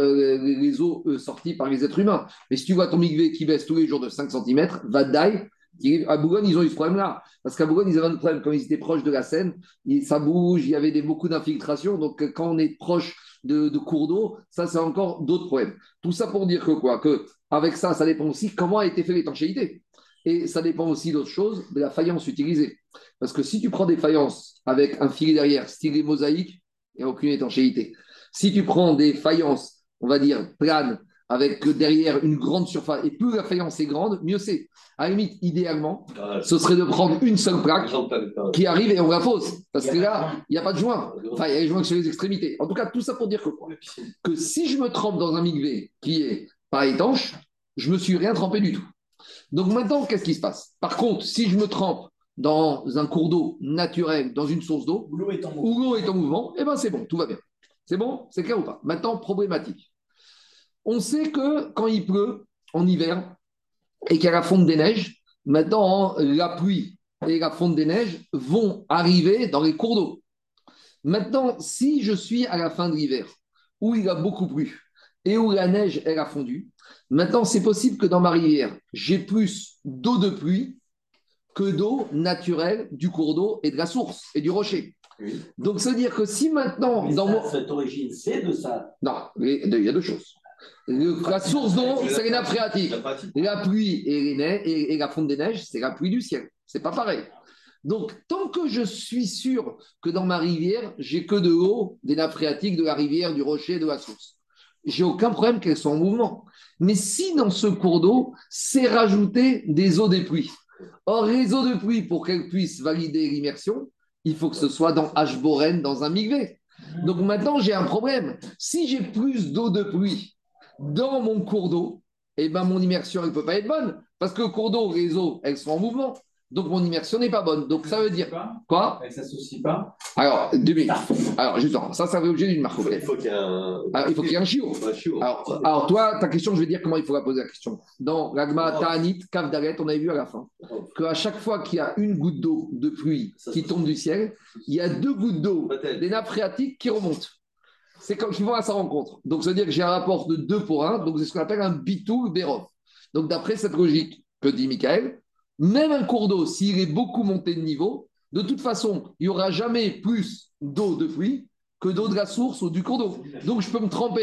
Speaker 1: les eaux sorties par les êtres humains. Mais si tu vois ton migvé qui baisse tous les jours de cinq centimètres, va d'aille. À Boulogne, ils ont eu ce problème-là. Parce qu'à Boulogne, ils avaient un problème. Comme ils étaient proches de la Seine, ça bouge, il y avait des, beaucoup d'infiltration. Donc, quand on est proche de, de cours d'eau, ça, c'est encore d'autres problèmes. Tout ça pour dire que quoi que avec ça, ça dépend aussi comment a été fait l'étanchéité. Et ça dépend aussi d'autre chose, de la faïence utilisée. Parce que si tu prends des faïences avec un filet derrière, style mosaïque, il n'y a aucune étanchéité. Si tu prends des faïences, on va dire, planes, avec derrière une grande surface, et plus la faïence est grande, mieux c'est. À la limite, idéalement, ce serait de prendre une seule plaque qui arrive et on la pose. Parce que là, il n'y a pas de joint. Enfin, il y a les joints sur les extrémités. En tout cas, tout ça pour dire que, que si je me trempe dans un migvé qui est pas étanche, je ne me suis rien trempé du tout. Donc maintenant, qu'est-ce qui se passe? Par contre, si je me trempe dans un cours d'eau naturel, dans une source d'eau, où l'eau est en mouvement, est en mouvement eh ben c'est bon, tout va bien. C'est bon? C'est clair ou pas? Maintenant, problématique. On sait que quand il pleut en hiver et qu'il y a la fonte des neiges, maintenant la pluie et la fonte des neiges vont arriver dans les cours d'eau. Maintenant, si je suis à la fin de l'hiver, où il a beaucoup plu et où la neige elle a fondu, maintenant c'est possible que dans ma rivière, j'ai plus d'eau de pluie que d'eau naturelle du cours d'eau et de la source et du rocher. Oui. Donc, ça veut dire que si maintenant...
Speaker 5: Mais
Speaker 1: dans
Speaker 5: ça,
Speaker 1: mon...
Speaker 5: cette origine, c'est de ça.
Speaker 1: Non, il y a deux choses. Le, la source d'eau, c'est les nappes phréatiques. La pluie et, les neiges, et, et la fonte des neiges, c'est la pluie du ciel. C'est pas pareil. Donc, tant que je suis sûr que dans ma rivière, j'ai que de l'eau, des nappes phréatiques, de la rivière, du rocher, de la source, j'ai aucun problème qu'elles soient en mouvement. Mais si dans ce cours d'eau, c'est rajouter des eaux des pluies. Or, les eaux de pluie, pour qu'elles puissent valider l'immersion, il faut que ce soit dans H-Boren, dans un migvé. Donc maintenant, j'ai un problème. Si j'ai plus d'eau de pluie dans mon cours d'eau, eh ben, mon immersion, elle ne peut pas être bonne. Parce que le cours d'eau, les eaux, elles sont en mouvement. Donc, mon immersion n'est pas bonne. Donc, ça veut dire quoi?
Speaker 5: Elle ne s'associe pas.
Speaker 1: Alors, deux minutes. Alors, justement, ça, ça fait objet d'une marque.
Speaker 4: Il faut qu'il y ait un...
Speaker 1: Alors, il faut qu'il y ait un chiot.
Speaker 4: Un chiot.
Speaker 1: Alors, alors, toi, ta question, je vais dire comment il faut la poser la question. Dans l'Agma Ta'anit, Kav Dalet, on avait vu à la fin qu'à chaque fois qu'il y a une goutte d'eau de pluie qui tombe du ciel, il y a deux gouttes d'eau des nappes phréatiques qui remontent. C'est comme qu'ils vont à sa rencontre. Donc, ça veut dire que j'ai un rapport de deux pour un. Donc, c'est ce qu'on appelle un bitou bérov. Donc, d'après cette logique que dit Michael, même un cours d'eau, s'il est beaucoup monté de niveau, de toute façon, il n'y aura jamais plus d'eau de pluie que d'eau de la source ou du cours d'eau. Donc, je peux me tremper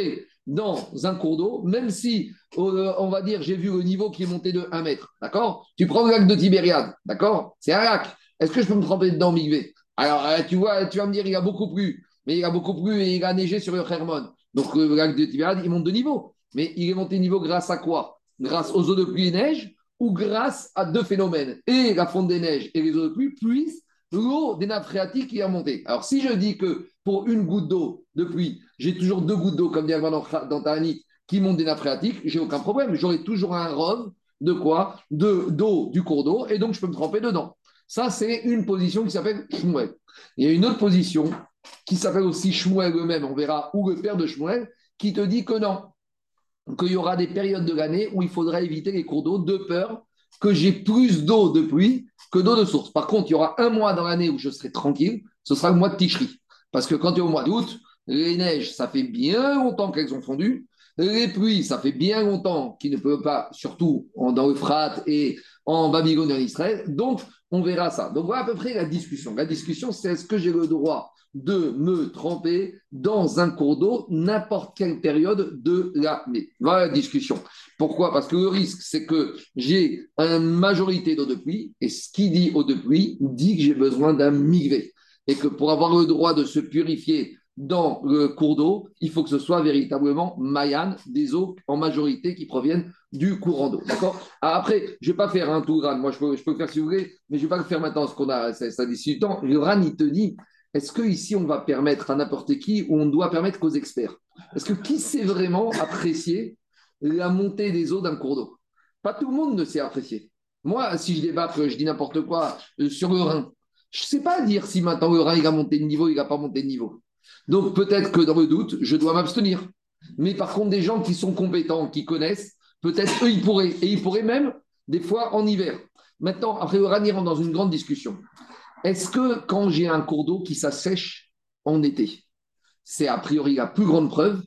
Speaker 1: dans un cours d'eau, même si, euh, on va dire, j'ai vu le niveau qui est monté de un mètre, d'accord? Tu prends le lac de Tibériade, d'accord? C'est un lac. Est-ce que je peux me tremper dedans, Migvé? Alors, euh, tu vois, tu vas me dire, il a beaucoup plu, mais il a beaucoup plu et il a neigé sur le Hermon. Donc, le lac de Tibériade, il monte de niveau. Mais il est monté de niveau grâce à quoi? Grâce aux eaux de pluie et neige ou grâce à deux phénomènes. Et la fonte des neiges et les eaux de pluie puissent l'eau des nappes phréatiques qui est remontée. Alors, si je dis que pour une goutte d'eau de pluie, j'ai toujours deux gouttes d'eau, comme dit dans, dans Ta'anit, qui montent des nappes phréatiques, j'ai aucun problème. J'aurai toujours un rove de quoi? De, d'eau du cours d'eau, et donc je peux me tremper dedans. Ça, c'est une position qui s'appelle Shmuel. Il y a une autre position qui s'appelle aussi Shmuel eux-mêmes, on verra, ou le père de Shmuel, qui te dit que non, qu'il y aura des périodes de l'année où il faudra éviter les cours d'eau de peur que j'ai plus d'eau de pluie que d'eau de source. Par contre, il y aura un mois dans l'année où je serai tranquille, ce sera le mois de Tishri. Parce que quand tu es au mois d'août, les neiges, ça fait bien longtemps qu'elles ont fondu. Les pluies, ça fait bien longtemps qu'ils ne peuvent pas, surtout dans l'Euphrate et en Babylone et en Israël. Donc, on verra ça. Donc, voilà à peu près la discussion. La discussion, c'est est-ce que j'ai le droit de me tremper dans un cours d'eau n'importe quelle période de l'année. Voilà la discussion. Pourquoi? Parce que le risque, c'est que j'ai une majorité d'eau de pluie, et ce qui dit eau de pluie dit que j'ai besoin d'un migré. Et que pour avoir le droit de se purifier dans le cours d'eau, il faut que ce soit véritablement Mayan, des eaux en majorité qui proviennent du courant d'eau. D'accord? Après, je ne vais pas faire un tout grade. Moi, je peux, je peux le faire si vous voulez, mais je ne vais pas le faire maintenant parce qu'on a, ça, ça d'ici du temps. Le RAN, il te dit, est-ce qu'ici, on va permettre à n'importe qui ou on doit permettre qu'aux experts? Est-ce que qui sait vraiment apprécier la montée des eaux d'un cours d'eau? Pas tout le monde ne sait apprécier. Moi, si je débarque, je dis n'importe quoi euh, sur le Rhin, je ne sais pas dire si maintenant le Rhin il a monté de niveau, il n'a pas monté de niveau. Donc peut-être que dans le doute, je dois m'abstenir. Mais par contre, des gens qui sont compétents, qui connaissent, peut-être eux, ils pourraient. Et ils pourraient même, des fois, en hiver. Maintenant, après le Rhin, ils rentrent dans une grande discussion. Est-ce que quand j'ai un cours d'eau qui s'assèche en été, c'est a priori la plus grande preuve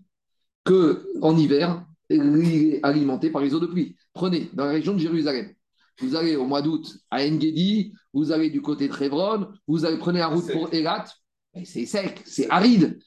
Speaker 1: qu'en hiver, il est alimenté par les eaux de pluie? Prenez, dans la région de Jérusalem, vous allez au mois d'août à En-Gedi, vous allez du côté de Hebron, vous allez prenez la route pour Elat, c'est sec, c'est aride.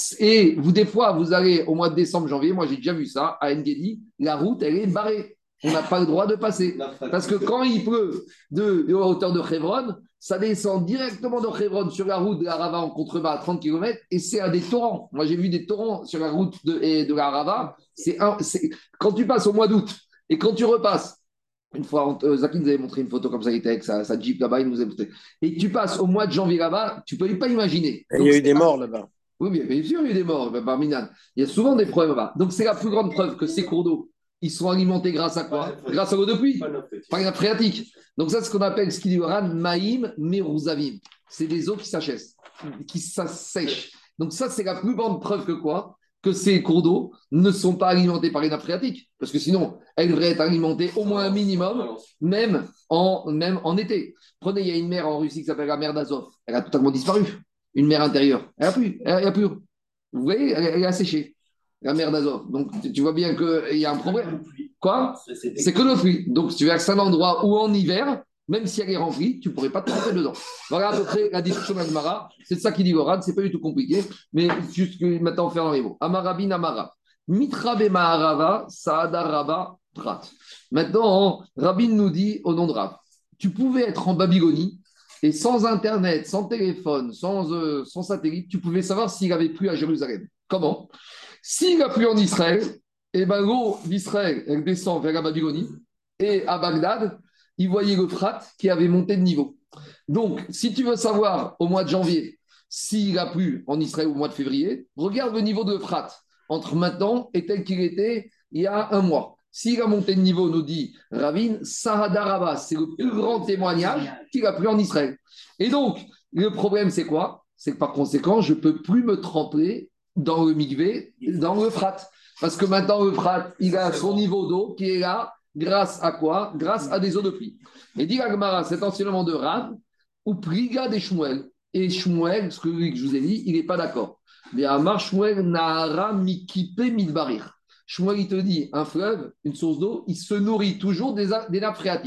Speaker 1: Et vous, des fois, vous allez au mois de décembre, janvier, moi j'ai déjà vu ça, à En-Gedi, la route, elle est barrée. On n'a pas le droit de passer. Parce que quand il pleut de, de la hauteur de Hebron, ça descend directement de Hebron sur la route de la Rava en contrebas à trente kilomètres et c'est à des torrents. Moi, j'ai vu des torrents sur la route de, et de la Rava. C'est un, c'est, quand tu passes au mois d'août et quand tu repasses, une fois, euh, Zaki nous avait montré une photo comme ça, il était avec sa, sa Jeep là-bas, il nous a montré. Et tu passes au mois de janvier là-bas, tu ne peux pas imaginer.
Speaker 6: Donc, il y a eu des morts là-bas.
Speaker 1: Oui, bien, bien sûr, il y a eu des morts, par Minan. Il y a souvent des problèmes là-bas. Donc, c'est la plus grande preuve que ces cours d'eau, ils sont alimentés grâce à quoi? Grâce à l'eau de pluie, par la phréatique. Donc ça, c'est ce qu'on appelle ce qu'il dit Oran, Maïm Merouzavim. C'est des eaux qui s'achètent, qui s'assèchent. Donc ça, c'est la plus grande preuve que quoi? Que ces cours d'eau ne sont pas alimentés par les nappes phréatiques. Parce que sinon, elles devraient être alimentées au moins un minimum, même en, même en été. Prenez, il y a une mer en Russie qui s'appelle la mer d'Azov. Elle a totalement disparu. Une mer intérieure. Elle n'a plus. Elle n'a plus. Vous voyez, elle, elle est asséchée. La mer d'Azov. Donc, tu vois bien qu'il y a un problème. Quoi? C'est que l'eau de pluie. Donc, si tu veux que c'est un endroit où en hiver, même si elle est remplie, tu ne pourrais pas te tremper dedans. Voilà à peu près la discussion d'Agmara. C'est de ça qu'il dit Goran. Ce n'est pas du tout compliqué, mais juste que maintenant, on fait dans les mots. Amarabin Amara. Mitra Maharava, Saada Rabba, Prat. Maintenant, Rabin nous dit au nom de Rav, tu pouvais être en Babylonie et sans Internet, sans téléphone, sans, euh, sans satellite, tu pouvais savoir s'il avait plu à Jérusalem. Comment? S'il a plu en Israël, et ben l'eau d'Israël, elle descend vers la Babylonie, et à Bagdad, il voyait l'Euphrate qui avait monté de niveau. Donc, si tu veux savoir au mois de janvier s'il a plu en Israël au mois de février, regarde le niveau de l'Euphrate entre maintenant et tel qu'il était il y a un mois. S'il a monté de niveau, nous dit Ravin, Sahadaraba, c'est le plus grand témoignage qu'il a plu en Israël. Et donc, le problème, c'est quoi? C'est que par conséquent, je ne peux plus me tremper dans le Mikvé, dans l'Euphrate. Parce que maintenant, l'Euphrate, il a son niveau d'eau qui est là, grâce à quoi? Grâce à des eaux de pluie. Et dit Agmara, cet enseignement de Rav, ou Priga des Shmuel. Et Shmuel, ce que je vous ai dit, il n'est pas d'accord. Mais Amar Shmuel Nahara Mikipe Midbarir. Shmuel, il te dit, un fleuve, une source d'eau, il se nourrit toujours des, des nappes phréatiques.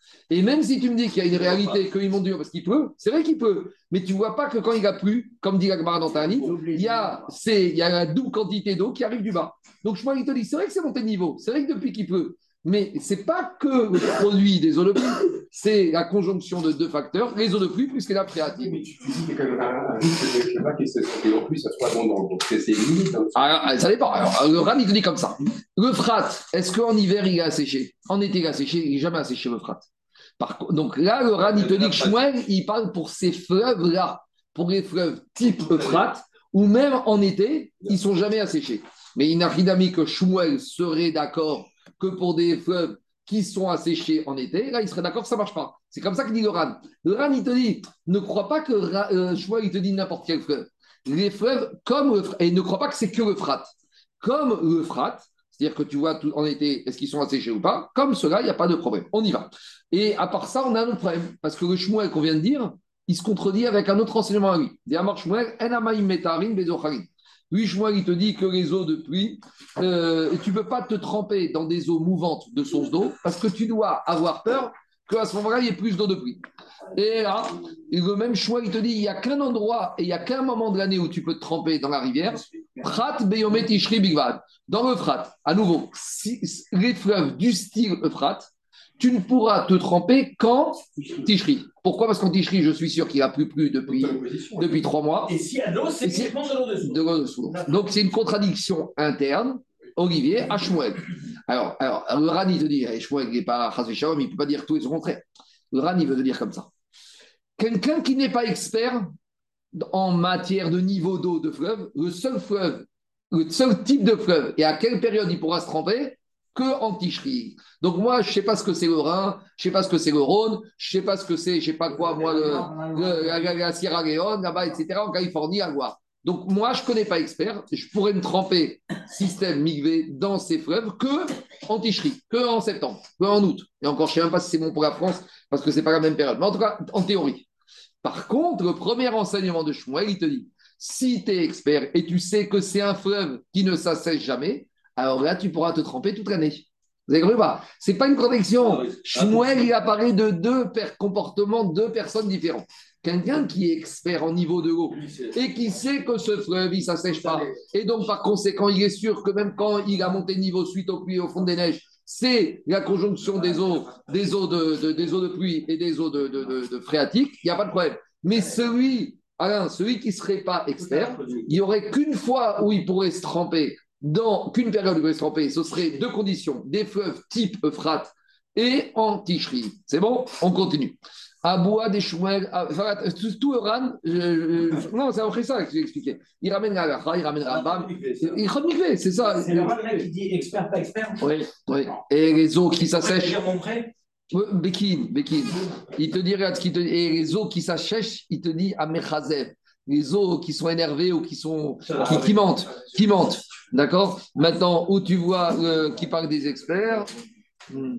Speaker 1: Et même si tu me dis qu'il y a une réalité, qu'il monte du parce qu'il pleut, c'est vrai qu'il pleut, mais tu ne vois pas que quand il a plu, comme dit l'Agmara dans Tani, il y a, c'est, il y a la double quantité d'eau qui arrive du bas. Donc je il te dit, c'est vrai que c'est monté de niveau, c'est vrai que depuis qu'il pleut, mais ce n'est pas que le produit des eaux de pluie, c'est la conjonction de deux facteurs, les eaux de pluie plus les nappes phréatiques.
Speaker 2: Mais tu, tu dis qu'il y a quand même un, un, je sais pas, qui se fait en plus, ça soit abondant. Donc c'est limite. Hein.
Speaker 1: Alors, ça dépend. Alors, le Ran, il te dit comme ça. Le frat, est-ce qu'en hiver, il est asséché? En été, il est asséché, il n'est jamais asséché, le frat. Par, donc là, le Ran, il te dit que Shmuel, il parle pour ces fleuves-là, pour les fleuves type Euphrate, ou même en été, ils ne sont jamais asséchés. Mais il n'a rien d'amis que Shmuel serait d'accord que pour des fleuves qui sont asséchés en été, là, il serait d'accord que ça ne marche pas. C'est comme ça que dit le Ran. Le Ran, il te dit, ne crois pas que euh, Shmuel, il te dit n'importe quel fleuve. Les fleuves, comme le, et ne crois pas que c'est que le Frat. Comme le Frat, c'est-à-dire que tu vois tout, en été, est-ce qu'ils sont asséchés ou pas, comme cela, il n'y a pas de problème. On y va. Et à part ça, on a un autre problème, parce que le Shmuel qu'on vient de dire, il se contredit avec un autre enseignement à lui. Lui, Shmuel, il te dit que les eaux de pluie, euh, tu ne peux pas te tremper dans des eaux mouvantes de source d'eau, parce que tu dois avoir peur qu'à ce moment-là, il y ait plus d'eau de pluie. Et là, le même choix, il te dit, il n'y a qu'un endroit et il n'y a qu'un moment de l'année où tu peux te tremper dans la rivière. Prat, Beyomet, Ishri, Bigvad. Dans l'Euphrate, à nouveau, si, les fleuves du style Euphrate, tu ne pourras te tremper qu'en Tishri. Pourquoi? Parce qu'en Tishri, je suis sûr qu'il n'a plus plu depuis, depuis trois mois.
Speaker 5: Et s'il y a de l'eau, c'est uniquement de l'eau dessous.
Speaker 1: De l'eau dessous. Donc, c'est une contradiction interne, Olivier, à Shmuel. Alors, alors, le Ran, il te dit, Shmuel, il n'est pas Chazé Shalom, il ne peut pas dire tout et son contraire. Le Ran, il veut te dire comme ça. Quelqu'un qui n'est pas expert en matière de niveau d'eau de fleuve, le seul fleuve, le seul type de fleuve, et à quelle période il pourra se tremper, que en Ticherie. Donc moi, je ne sais pas ce que c'est le Rhin, je ne sais pas ce que c'est le Rhône, je ne sais pas ce que c'est, je ne sais pas quoi, moi, le, le, la, la, la Sierra Leone, là-bas, et cetera, en Californie, à voir. Donc moi, je ne connais pas expert, je pourrais me tremper système migvé dans ces fleuves que en Ticherie, que en septembre, que en août. Et encore, je ne sais même pas si c'est bon pour la France, parce que ce n'est pas la même période. Mais en tout cas, en théorie. Par contre, le premier enseignement de Shmuel, il te dit, si tu es expert et tu sais que c'est un fleuve qui ne s'assèche jamais, alors là, tu pourras te tremper toute l'année. Vous avez compris pas? Ce n'est pas une protection. Shmuel, il apparaît de deux comportements, deux personnes différentes. Quelqu'un qui est expert en niveau de l'eau et qui sait que ce fleuve, il ne s'assèche pas. Et donc, par conséquent, il est sûr que même quand il a monté de niveau suite aux pluies au fond des neiges, c'est la conjonction des eaux, des eaux de, de, des eaux de pluie et des eaux de, de, de, de phréatique, il n'y a pas de problème. Mais celui, Alain, celui qui ne serait pas expert, il n'y aurait qu'une fois où il pourrait se tremper, dans qu'une période où il pourrait se tremper, ce serait deux conditions, des fleuves type Euphrate et en Ticherie. C'est bon? On continue. Aboua des Shmuel, tout Ran, non, c'est après ça que j'ai expliqué. Il ramène la Gacha, il ramène Rambam, il ramène Mikvé, c'est ça.
Speaker 5: C'est le Ran qui dit expert, pas expert.
Speaker 1: Oui, oui. Et les eaux qui s'assèchent.
Speaker 5: Bekin,
Speaker 1: Bekin. Il te dit, regarde ce qu'il te dit. Et les eaux qui s'assèchent, il te dit Amechazev. Les eaux qui sont énervées ou qui sont qui, qui mentent, qui mentent. D'accord? Maintenant, où tu vois euh, qui parle des experts. Hmm.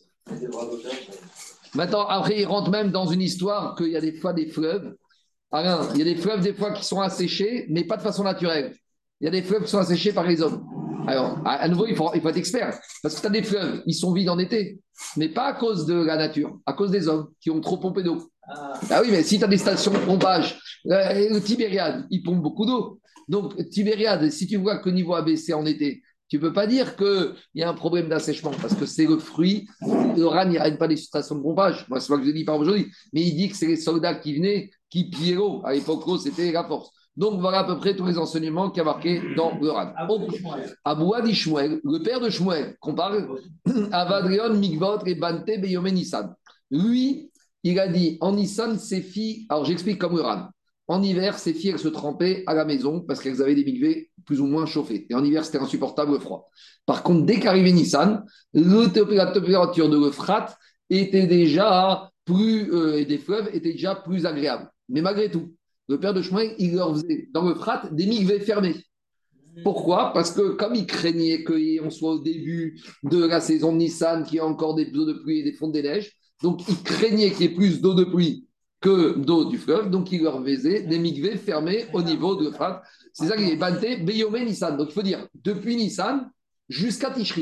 Speaker 1: Maintenant, après, il rentre même dans une histoire qu'il y a des fois des fleuves. Alain, il y a des fleuves des fois qui sont asséchés, mais pas de façon naturelle. Il y a des fleuves qui sont asséchés par les hommes. Alors, à, à nouveau, il faut, il faut être expert. Parce que tu as des fleuves, ils sont vides en été, mais pas à cause de la nature, à cause des hommes qui ont trop pompé d'eau. Ah, ah oui, mais si tu as des stations de pompage, le, le Tibériade, il pompe beaucoup d'eau. Donc, Tibériade, si tu vois que le niveau a baissé en été, tu ne peux pas dire qu'il y a un problème d'assèchement parce que c'est le fruit. Le Ran n'arrête pas les stations de pompage. Moi, c'est pas que je dis par aujourd'hui. Mais il dit que c'est les soldats qui venaient, qui pillaient l'eau. À l'époque, l'eau, c'était la force. Donc, voilà à peu près tous les enseignements qu'il y a marqués dans le Ran. Aboua dit Shmuel, le père de Shmuel, qu'on parle, Avadrion, Mikvot et Bante, Beyome Nissan. Lui, il a dit en Nissan, ses filles. Alors, j'explique comme le Ran. En hiver, ces filles, elles se trempaient à la maison parce qu'elles avaient des mikvés plus ou moins chauffés. Et en hiver, c'était insupportable le froid. Par contre, dès qu'arrivait Nissan, la température de l'Euphrate était déjà plus, euh, et des fleuves étaient déjà plus agréables. Mais malgré tout, le père de Shmuel, il leur faisait dans l'Euphrate des mikvés fermés. Pourquoi? Parce que comme il craignait qu'on soit au début de la saison de Nissan, qu'il y ait encore des eaux de pluie et des fonds des neiges, donc il craignait qu'il y ait plus d'eau de pluie que d'eau du fleuve, donc il leur faisait des mikvés fermés au niveau de l'Euphrate. C'est ça qu'il est Bante, Beyomé, Nissan. Donc il faut dire, depuis Nissan jusqu'à Tishri.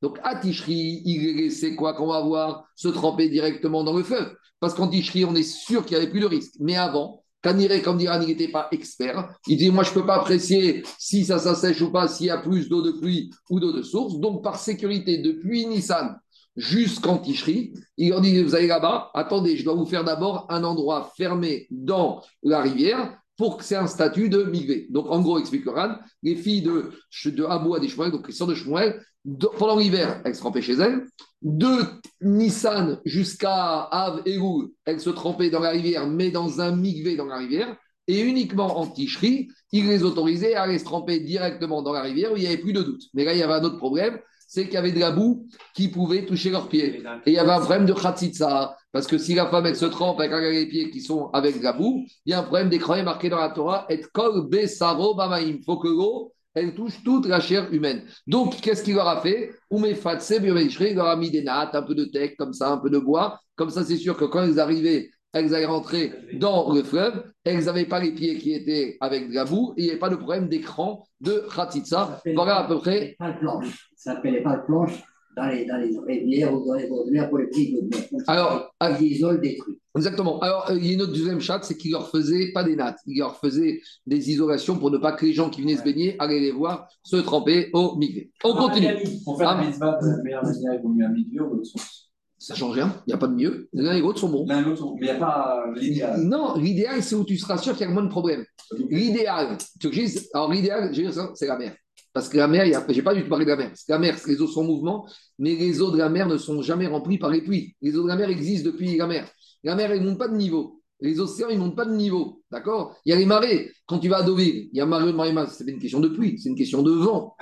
Speaker 1: Donc, à Tishri, il est laissé quoi qu'on va voir se tremper directement dans le fleuve. Parce qu'en Tishri, on est sûr qu'il n'y avait plus de risque. Mais avant, Kaniré, comme dire, il n'était pas expert. Il dit, moi, je ne peux pas apprécier si ça s'assèche ou pas, s'il y a plus d'eau de pluie ou d'eau de source. Donc, par sécurité, depuis Nissan jusqu'en Tishri, il leur dit, vous allez là-bas, attendez, je dois vous faire d'abord un endroit fermé dans la rivière pour que c'est un statut de migvé. Donc, en gros, explique le Ran, les filles de, de Abou à des Shmuel, donc les sœurs de Shmuel, de, pendant l'hiver, elles se trempaient chez elles. De Nissan jusqu'à Av et Roux, elles se trempaient dans la rivière, mais dans un migvé dans la rivière. Et uniquement en Tishri, il les autorisait à aller se tremper directement dans la rivière où il n'y avait plus de doute. Mais là, il y avait un autre problème, c'est qu'il y avait de la boue qui pouvait toucher leurs pieds. Et il y avait un problème de khatsitsa, parce que si la femme elle se trempe avec les pieds qui sont avec de la boue, il y a un problème d'écran marqué dans la Torah, et kol besaro bamaim. Il faut que l'eau, elle touche toute la chair humaine. Donc, qu'est-ce qu'il leur a fait? Oumefatse biomedichri, il leur a mis des nattes, un peu de teck, comme ça, un peu de bois. Comme ça, c'est sûr que quand ils arrivaient, elles allaient rentrer dans le fleuve, elles n'avaient pas les pieds qui étaient avec de la boue, et il n'y avait pas de problème d'écran de khatsitsa. Voilà à peu près.
Speaker 6: Ça s'appelait pas de planche dans les, dans les rivières ou dans les bords de mer pour les petits de mer.
Speaker 1: Alors,
Speaker 6: ils isolent des trucs.
Speaker 1: Exactement. Alors, euh, il y a une autre deuxième chat, c'est qu'il leur faisait pas des nattes, il leur faisait des isolations pour ne pas que les gens qui venaient se baigner allaient les voir se tremper au migvé. On continue.
Speaker 5: Pour faire la mitzvah, la meilleure manière, il vaut mieux un migvé ou l'autre source.
Speaker 1: Ça change rien, il n'y a pas de mieux. L'un et l'autre sont bons.
Speaker 5: L'un et l'autre, mais il n'y a pas l'idéal.
Speaker 1: Non, l'idéal, c'est où tu seras sûr qu'il y a moins de problèmes. L'idéal, tu veux que je dise, alors l'idéal, je veux dire ça, c'est la mer. Parce que la mer, je n'ai pas du tout parlé de la mer. Parce que la mer, les eaux sont en mouvement, mais les eaux de la mer ne sont jamais remplies par les pluies. Les eaux de la mer existent depuis la mer. La mer, elle ne monte pas de niveau. Les océans, ils ne montent pas de niveau. D'accord? Il y a les marées. Quand tu vas à Deauville, il y a marée, marée, marée. C'est pas une question de pluie, c'est une question de vent.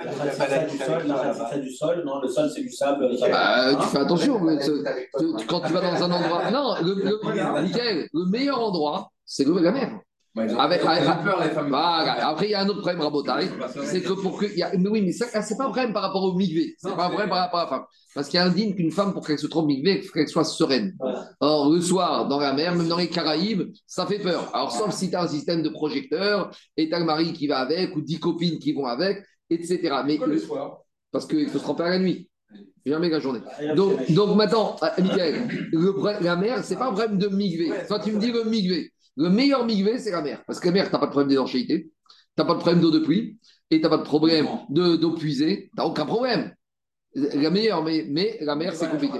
Speaker 5: C'est du sol, non, le sol, c'est du sable.
Speaker 1: Bah, tu fais attention. Quand tu vas dans un endroit. Non, le, le, Michael, le meilleur endroit, c'est la mer.
Speaker 2: Ouais,
Speaker 1: avec, avec,
Speaker 2: peur, les femmes.
Speaker 1: Voilà. Après, il y a un autre problème, Rabotai. C'est que pour que. Y a, mais oui, mais ça, c'est pas un problème par rapport au migvé. C'est non, pas un problème par rapport à la femme. Parce qu'il y a un digne qu'une femme, pour qu'elle se trompe migvé, il faut qu'elle soit sereine. Voilà. Or, le soir, dans la mer, même dans les Caraïbes, ça fait peur. Alors, sauf si tu as un système de projecteur, et tu as le mari qui va avec, ou dix copines qui vont avec, et cetera. Mais
Speaker 2: le soir.
Speaker 1: Parce qu'il faut se tromper à la nuit. Jamais la journée. Donc, donc maintenant, Michael, le, la mer, c'est pas un problème de migvé. Toi, tu me dis le migvé. Le meilleur migvé, c'est la mer. Parce que la mer, tu n'as pas de problème d'étanchéité, tu n'as pas de problème d'eau de pluie, et tu n'as pas de problème de, d'eau puisée, tu n'as aucun problème. La meilleure, mais, mais la mer, c'est compliqué.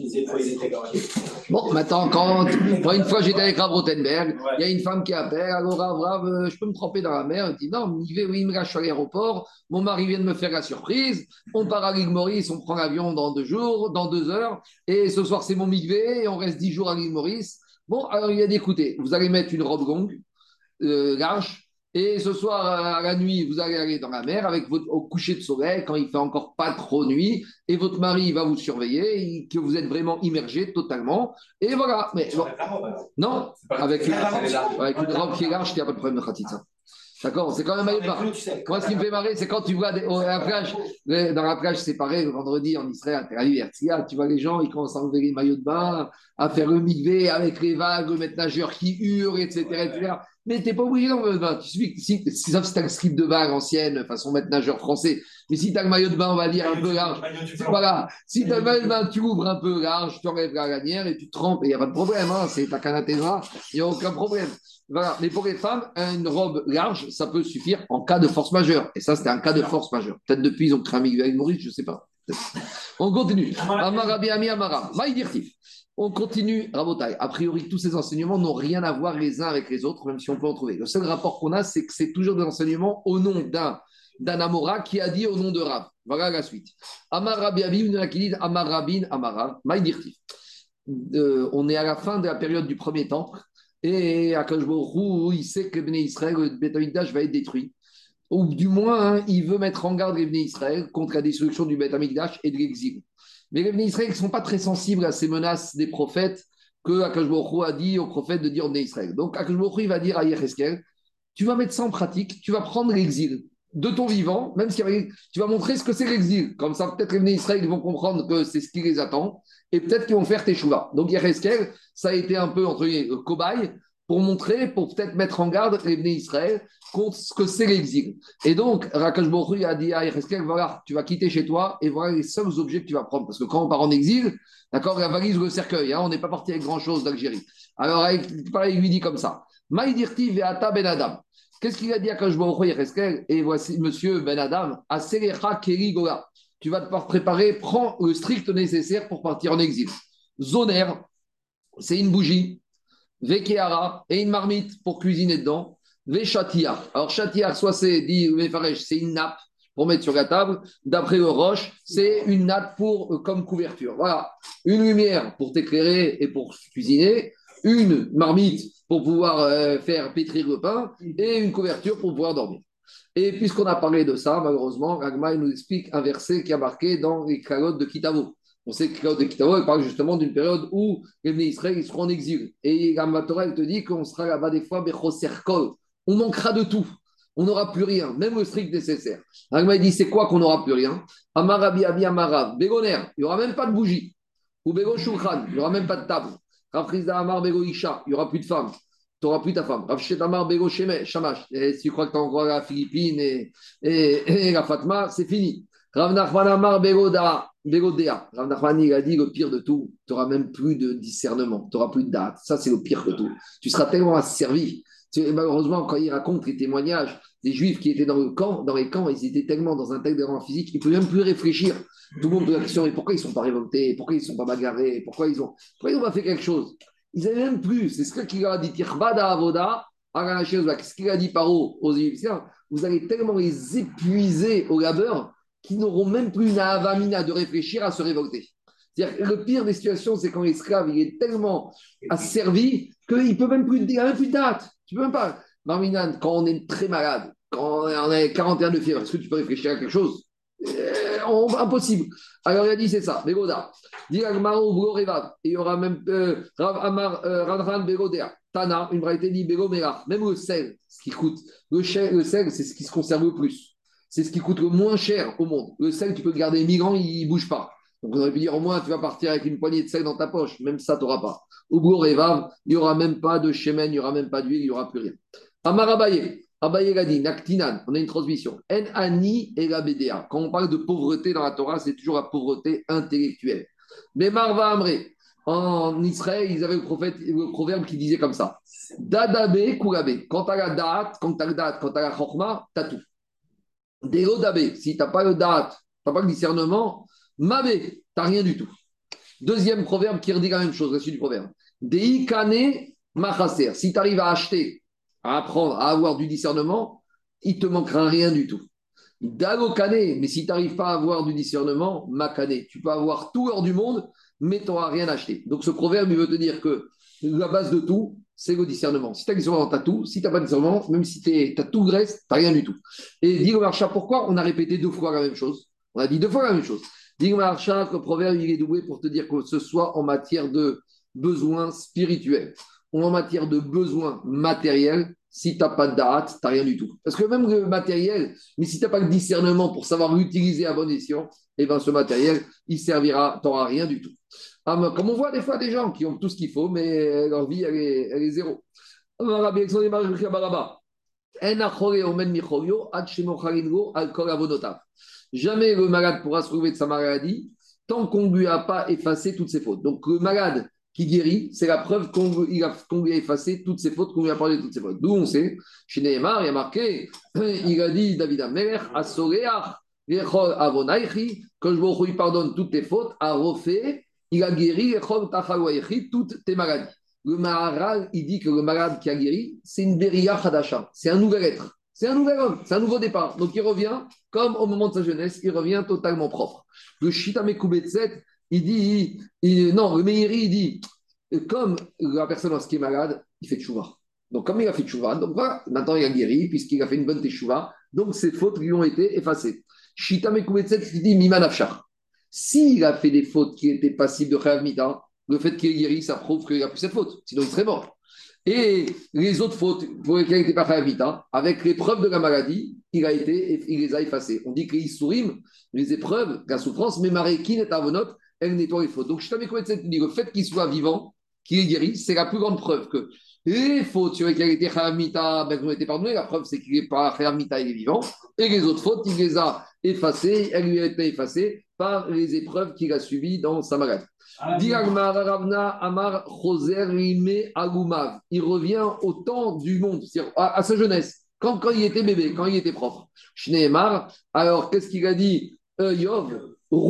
Speaker 1: Bon, maintenant, quand, quand une fois j'étais avec Rav Rothenberg, il y a une femme qui appelle, alors Rav, Rav, je peux me tremper dans la mer? Elle dit non, migvé, oui, il me lâche à l'aéroport, mon mari vient de me faire la surprise, on part à l'île Maurice, on prend l'avion dans deux jours, dans deux heures, et ce soir c'est mon migvé, et on reste dix jours à l'île Maurice. Bon, alors il a dit, écoutez, vous allez mettre une robe longue, euh, large, et ce soir, à la nuit, vous allez aller dans la mer avec votre, au coucher de soleil, quand il fait encore pas trop nuit, et votre mari va vous surveiller, et que vous êtes vraiment immergé totalement, et voilà. Mais, bon, non, avec une, avec une robe qui est large, il n'y a pas de problème de khatitsa. D'accord, c'est quand même maillot de bain. Moi, ce qui me fait marrer, c'est quand tu vois des, oh, la plage, dans la plage, c'est pareil, le vendredi en Israël, à Tel Aviv, tu vois les gens, ils commencent à enlever les maillots de bain, à faire le migvé avec les vagues, le maître nageur qui hurle, et cetera, et cetera. Mais tu n'es pas obligé d'enlever le bain. Tu sais, si, si, sauf si tu as le slip de bain ancienne, façon maître nageur français. Mais si tu as le maillot de bain, on va dire un peu large, voilà. Si tu as le maillot de bain, tu ouvres un peu large, tu enlèves la lanière et tu trempes, et il n'y a pas de problème. Hein, c'est ta canatera, il n'y a aucun problème. Voilà. Mais pour les femmes, une robe large, ça peut suffire en cas de force majeure. Et ça, c'était un cas de force majeure. Peut-être depuis, ils ont créé un migvé avec Maurice, je ne sais pas. On continue. Amara Biami Amara. Maïdirtif. On continue, Rabotai. A priori, tous ces enseignements n'ont rien à voir les uns avec les autres, même si on peut en trouver. Le seul rapport qu'on a, c'est que c'est toujours des enseignements au nom d'un, d'un Amora qui a dit au nom de Rav. Voilà la suite. Amara Biavi, une qui dit Amara Bin Amara. Maïdirtif. Euh, on est à la fin de la période du premier temple. Et Akash Baruch Hu, il sait que Bnei Israël, le Beth Amikdash va être détruit. Ou du moins, hein, il veut mettre en garde les Bnei Israël contre la destruction du Beth Amikdash et de l'exil. Mais les Bnei Israël ne sont pas très sensibles à ces menaces des prophètes que Akash Baruch Hu a dit aux prophètes de dire aux Bnei Israël. Donc Akash Baruch Hu, il va dire à Yecheskel, tu vas mettre ça en pratique, tu vas prendre l'exil de ton vivant, même si tu vas montrer ce que c'est l'exil. Comme ça, peut-être les Bnei Israël vont comprendre que c'est ce qui les attend. Et peut-être qu'ils vont faire teshuva. Donc, Yecheskel, ça a été un peu, entre guillemets, cobaye pour montrer, pour peut-être mettre en garde les Bnei Israël contre ce que c'est l'exil. Et donc, Rakash Baruch Hu a dit à Yecheskel, voilà, tu vas quitter chez toi et voilà les seuls objets que tu vas prendre. Parce que quand on part en exil, d'accord, la valise ou le cercueil, hein, on n'est pas parti avec grand-chose d'Algérie. Alors, pareil, il lui dit comme ça, Maïdirti ve'ata ben Adam. Qu'est-ce qu'il a dit à Rakash Baruch Hu, Yecheskel? Et voici monsieur Ben Adam, Aselecha Keri Gola. Tu vas devoir préparer, prends le strict nécessaire pour partir en exil. Zoner, c'est une bougie. Vekeara et une marmite pour cuisiner dedans. Vechatia. Alors, chatia, soit c'est, dit Mefaresh, c'est une nappe pour mettre sur la table. D'après le Roche, c'est une nappe pour, euh, comme couverture. Voilà. Une lumière pour t'éclairer et pour cuisiner. Une marmite pour pouvoir euh, faire pétrir le pain. Et une couverture pour pouvoir dormir. Et puisqu'on a parlé de ça, malheureusement, Ragma nous explique un verset qui a marqué dans les calottes de Kitavo. On sait que les calottes de Kitavo, il parle justement d'une période où les Bnei Israël ils seront en exil. Et la Torah te dit qu'on sera là-bas des fois, Bechoserkol. On manquera de tout. On n'aura plus rien, même le strict nécessaire. Ragma dit c'est quoi qu'on n'aura plus rien? Amarabi Abi Amarav, Bégoner, il n'y aura même pas de bougie. Ou Bégo Shulchan, il n'y aura même pas de table. Rafrizda Amar Bégo Isha, il n'y aura plus de femmes. Tu n'auras plus ta femme. Rav Shetamar Bego Shamash. Et si tu crois que tu as encore la Philippine et, et, et la Fatma, c'est fini. Rav Nachman Amar Bego Dea. Rav Nachman, il a dit le pire de tout, tu n'auras même plus de discernement. Tu n'auras plus de date. Ça, c'est le pire de tout. Tu seras tellement asservi. Malheureusement, quand il raconte les témoignages des Juifs qui étaient dans le camp, dans les camps, ils étaient tellement dans un tel dérange physique, ils ne pouvaient même plus réfléchir. Tout le monde pose la question, et pourquoi ils ne sont pas révoltés? Pourquoi ils ne sont pas bagarrés? Pourquoi ils n'ont pas fait quelque chose? Ils n'avaient même plus. C'est ce qu'il leur a dit. Qu'est-ce qu'il a dit Paro aux Égyptiens? Vous allez tellement les épuiser au labeur qu'ils n'auront même plus une avamina de réfléchir à se révolter. C'est-à-dire que le pire des situations, c'est quand l'esclave il est tellement asservi qu'il ne peut même plus, il n'a même plus de date. Tu peux même pas. Marminan, quand on est très malade, quand on a quarante et un de fièvre, est-ce que tu peux réfléchir à quelque chose? Euh, on, impossible. Alors il a dit c'est ça, Begoda. Dit Agmaro Brorevav. Et il y aura même euh, Rav Amar Radran Begodea. Tana, une variété dit Begomera. Même le sel, ce qui coûte. Le, sel, le sel, c'est ce qui se conserve le plus. C'est ce qui coûte le moins cher au monde. Le sel, tu peux le garder mille ans, il ne bouge pas. Donc on aurait pu dire au moins tu vas partir avec une poignée de sel dans ta poche. Même ça, tu n'auras pas. Au Brorevav, il n'y aura même pas de shemen, il n'y aura même pas d'huile, il n'y aura plus rien. Amar Abaye. Abaye a dit, Naktinan, on a une transmission. En ani et la B D A. Quand on parle de pauvreté dans la Torah, c'est toujours la pauvreté intellectuelle. Mais Marva Amré, en Israël, ils avaient le, prophète, le proverbe qui disait comme ça Dadabe Kurabe. Quand tu as la date, quand tu as la date, quand tu as la chorma, tu as tout. Deodabe, si tu n'as pas le date, tu n'as pas le discernement, Mabe, tu n'as rien du tout. Deuxième proverbe qui redit la même chose, la suite du proverbe. Deikane Machaser. Si tu arrives à acheter, à apprendre, à avoir du discernement, il ne te manquera rien du tout. Dalokane, mais si tu n'arrives pas à avoir du discernement, makane, tu peux avoir tout hors du monde, mais tu n'auras rien acheté. Donc ce proverbe, il veut te dire que la base de tout, c'est le discernement. Si tu as le discernement, tu as tout. Si tu n'as pas de discernement, même si tu as tout le reste, tu n'as rien du tout. Et dit le marcha, pourquoi on a répété deux fois la même chose? On a dit deux fois la même chose. Dit le marcha, que le proverbe, il est doué pour te dire que ce soit en matière de besoins spirituels ou en matière de besoins matériels. Si tu n'as pas de date, tu n'as rien du tout. Parce que même le matériel, mais si tu n'as pas le discernement pour savoir l'utiliser à bon escient, eh bien ce matériel, il servira, tu n'auras rien du tout. Ah, comme on voit des fois des gens qui ont tout ce qu'il faut, mais leur vie, elle est, elle est zéro. Jamais le malade pourra se trouver de sa maladie tant qu'on ne lui a pas effacé toutes ses fautes. Donc le malade qui guérit, c'est la preuve qu'on, a, qu'on lui a effacé toutes ses fautes, qu'on lui a parlé de toutes ses fautes. D'où on sait, chez Nehemar, il y a marqué, il a dit David Amelech, Asoreach, Rechol Avonaichi, que je vous pardonne toutes tes fautes, a refait, il a guéri, Rechol Tachaloaichi, toutes tes maladies. Le Maharal, il dit que le malade qui a guéri, c'est une Beria Hadasha, c'est un nouvel être, c'est un nouvel homme, c'est un nouveau départ. Donc il revient, comme au moment de sa jeunesse, il revient totalement propre. Le Shitame Kubetset, il dit, il, non, le Meiri, il dit, comme la personne lorsqu'il est malade, il fait tchouva. Donc, comme il a fait tchouva, donc voilà, maintenant il a guéri, puisqu'il a fait une bonne tchouva, donc ses fautes lui ont été effacées. Shita Mekubetset, il dit, Miman Afshar. S'il a fait des fautes qui étaient passibles de Chayav Mita, le fait qu'il est guéri, ça prouve qu'il a plus cette faute, sinon il serait mort. Et les autres fautes pour lesquelles il n'était pas Chayav Mita, avec l'épreuve de la maladie, il, a été, il les a effacées. On dit que les sourim, les épreuves, la souffrance, mais Marekin est avonot, elle nettoie les fautes. Donc, je t'avais dit, le fait qu'il soit vivant, qu'il est guéri, c'est la plus grande preuve que les fautes sur lesquelles il était Chayav Mita, ben, ont été pardonnées. La preuve, c'est qu'il n'est pas Chayav Mita, il est vivant. Et les autres fautes, il les a effacées, elles lui ont été effacées par les épreuves qu'il a suivies dans sa maladie. Il revient au temps du monde, à, à sa jeunesse, quand, quand il était bébé, quand il était propre. Shneemar, alors qu'est-ce qu'il a dit euh, Yov,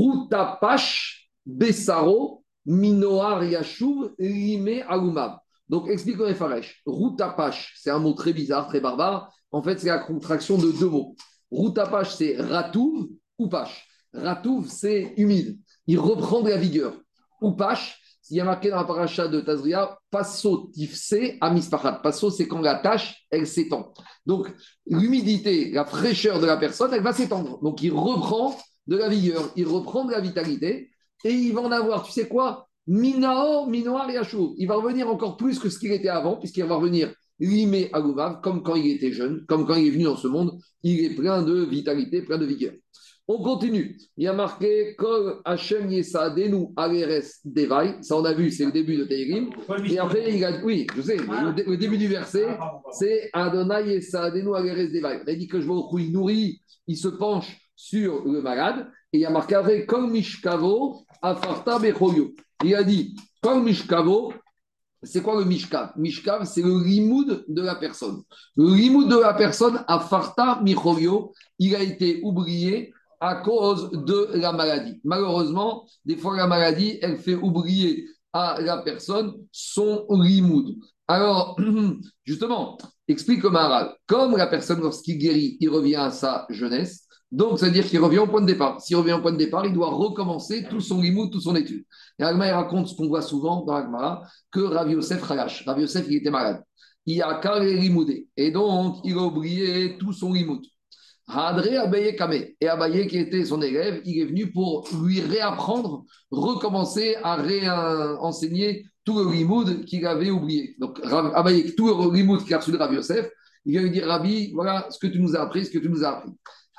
Speaker 1: Routapash, Bessaro, Minoar Yashuv, Rime Agumav. Donc explique les Faresh. Routapash, c'est un mot très bizarre, très barbare. En fait, c'est la contraction de deux mots. Routapash, c'est Ratouv ou Pash. Ratouv, c'est humide. Il reprend de la vigueur. Ou Pash, il y a marqué dans la paracha de Tazria, Passo tifse à mispachat. Passo, c'est quand la tâche, elle s'étend. Donc, l'humidité, la fraîcheur de la personne, elle va s'étendre. Donc, il reprend de la vigueur, il reprend de la vitalité, et il va en avoir, tu sais quoi, Minao, Minoar et Ashur. Il va revenir encore plus que ce qu'il était avant, puisqu'il va revenir limé à Gouvav, comme quand il était jeune, comme quand il est venu dans ce monde, il est plein de vitalité, plein de vigueur. On continue. Il y a marqué Kol Hashem Yesadenu Aleres Devai. Ça, on a vu, c'est le début de Teirim. Et après, il a oui, je sais, le, le début du verset, c'est Adonai Yesadenu Aleres Devai. Il a dit que je vois il nourrit, il se penche sur le malade. Et il y a marqué après Kol Mishkavo Afarta Bechoyo. Il a dit Kol Mishkavo. C'est quoi le mishkav? Mishkav, c'est le limoud de la personne. Le limoud de la personne, Afarta Michoyo, il a été oublié à cause de la maladie. Malheureusement, des fois, la maladie, elle fait oublier à la personne son limoud. Alors, justement, explique le Maharal. Comme la personne, lorsqu'il guérit, il revient à sa jeunesse, donc ça veut dire qu'il revient au point de départ. S'il revient au point de départ, il doit recommencer tout son limoud, toute son étude. Et Agma, il raconte ce qu'on voit souvent dans l'Agmara, que Rav Yosef Khalash. Rav Yosef, il était malade. Il a carré limoudé. Et donc, il a oublié tout son limoud. Hadré Abaye Kame. Et Abaye, qui était son élève, il est venu pour lui réapprendre, recommencer à réenseigner tout le limoud qu'il avait oublié. Donc, Abaye, tout le limoud qu'il a reçu de Rav Yosef, il vient lui dire Rabbi, voilà ce que tu nous as appris, ce que tu nous as appris.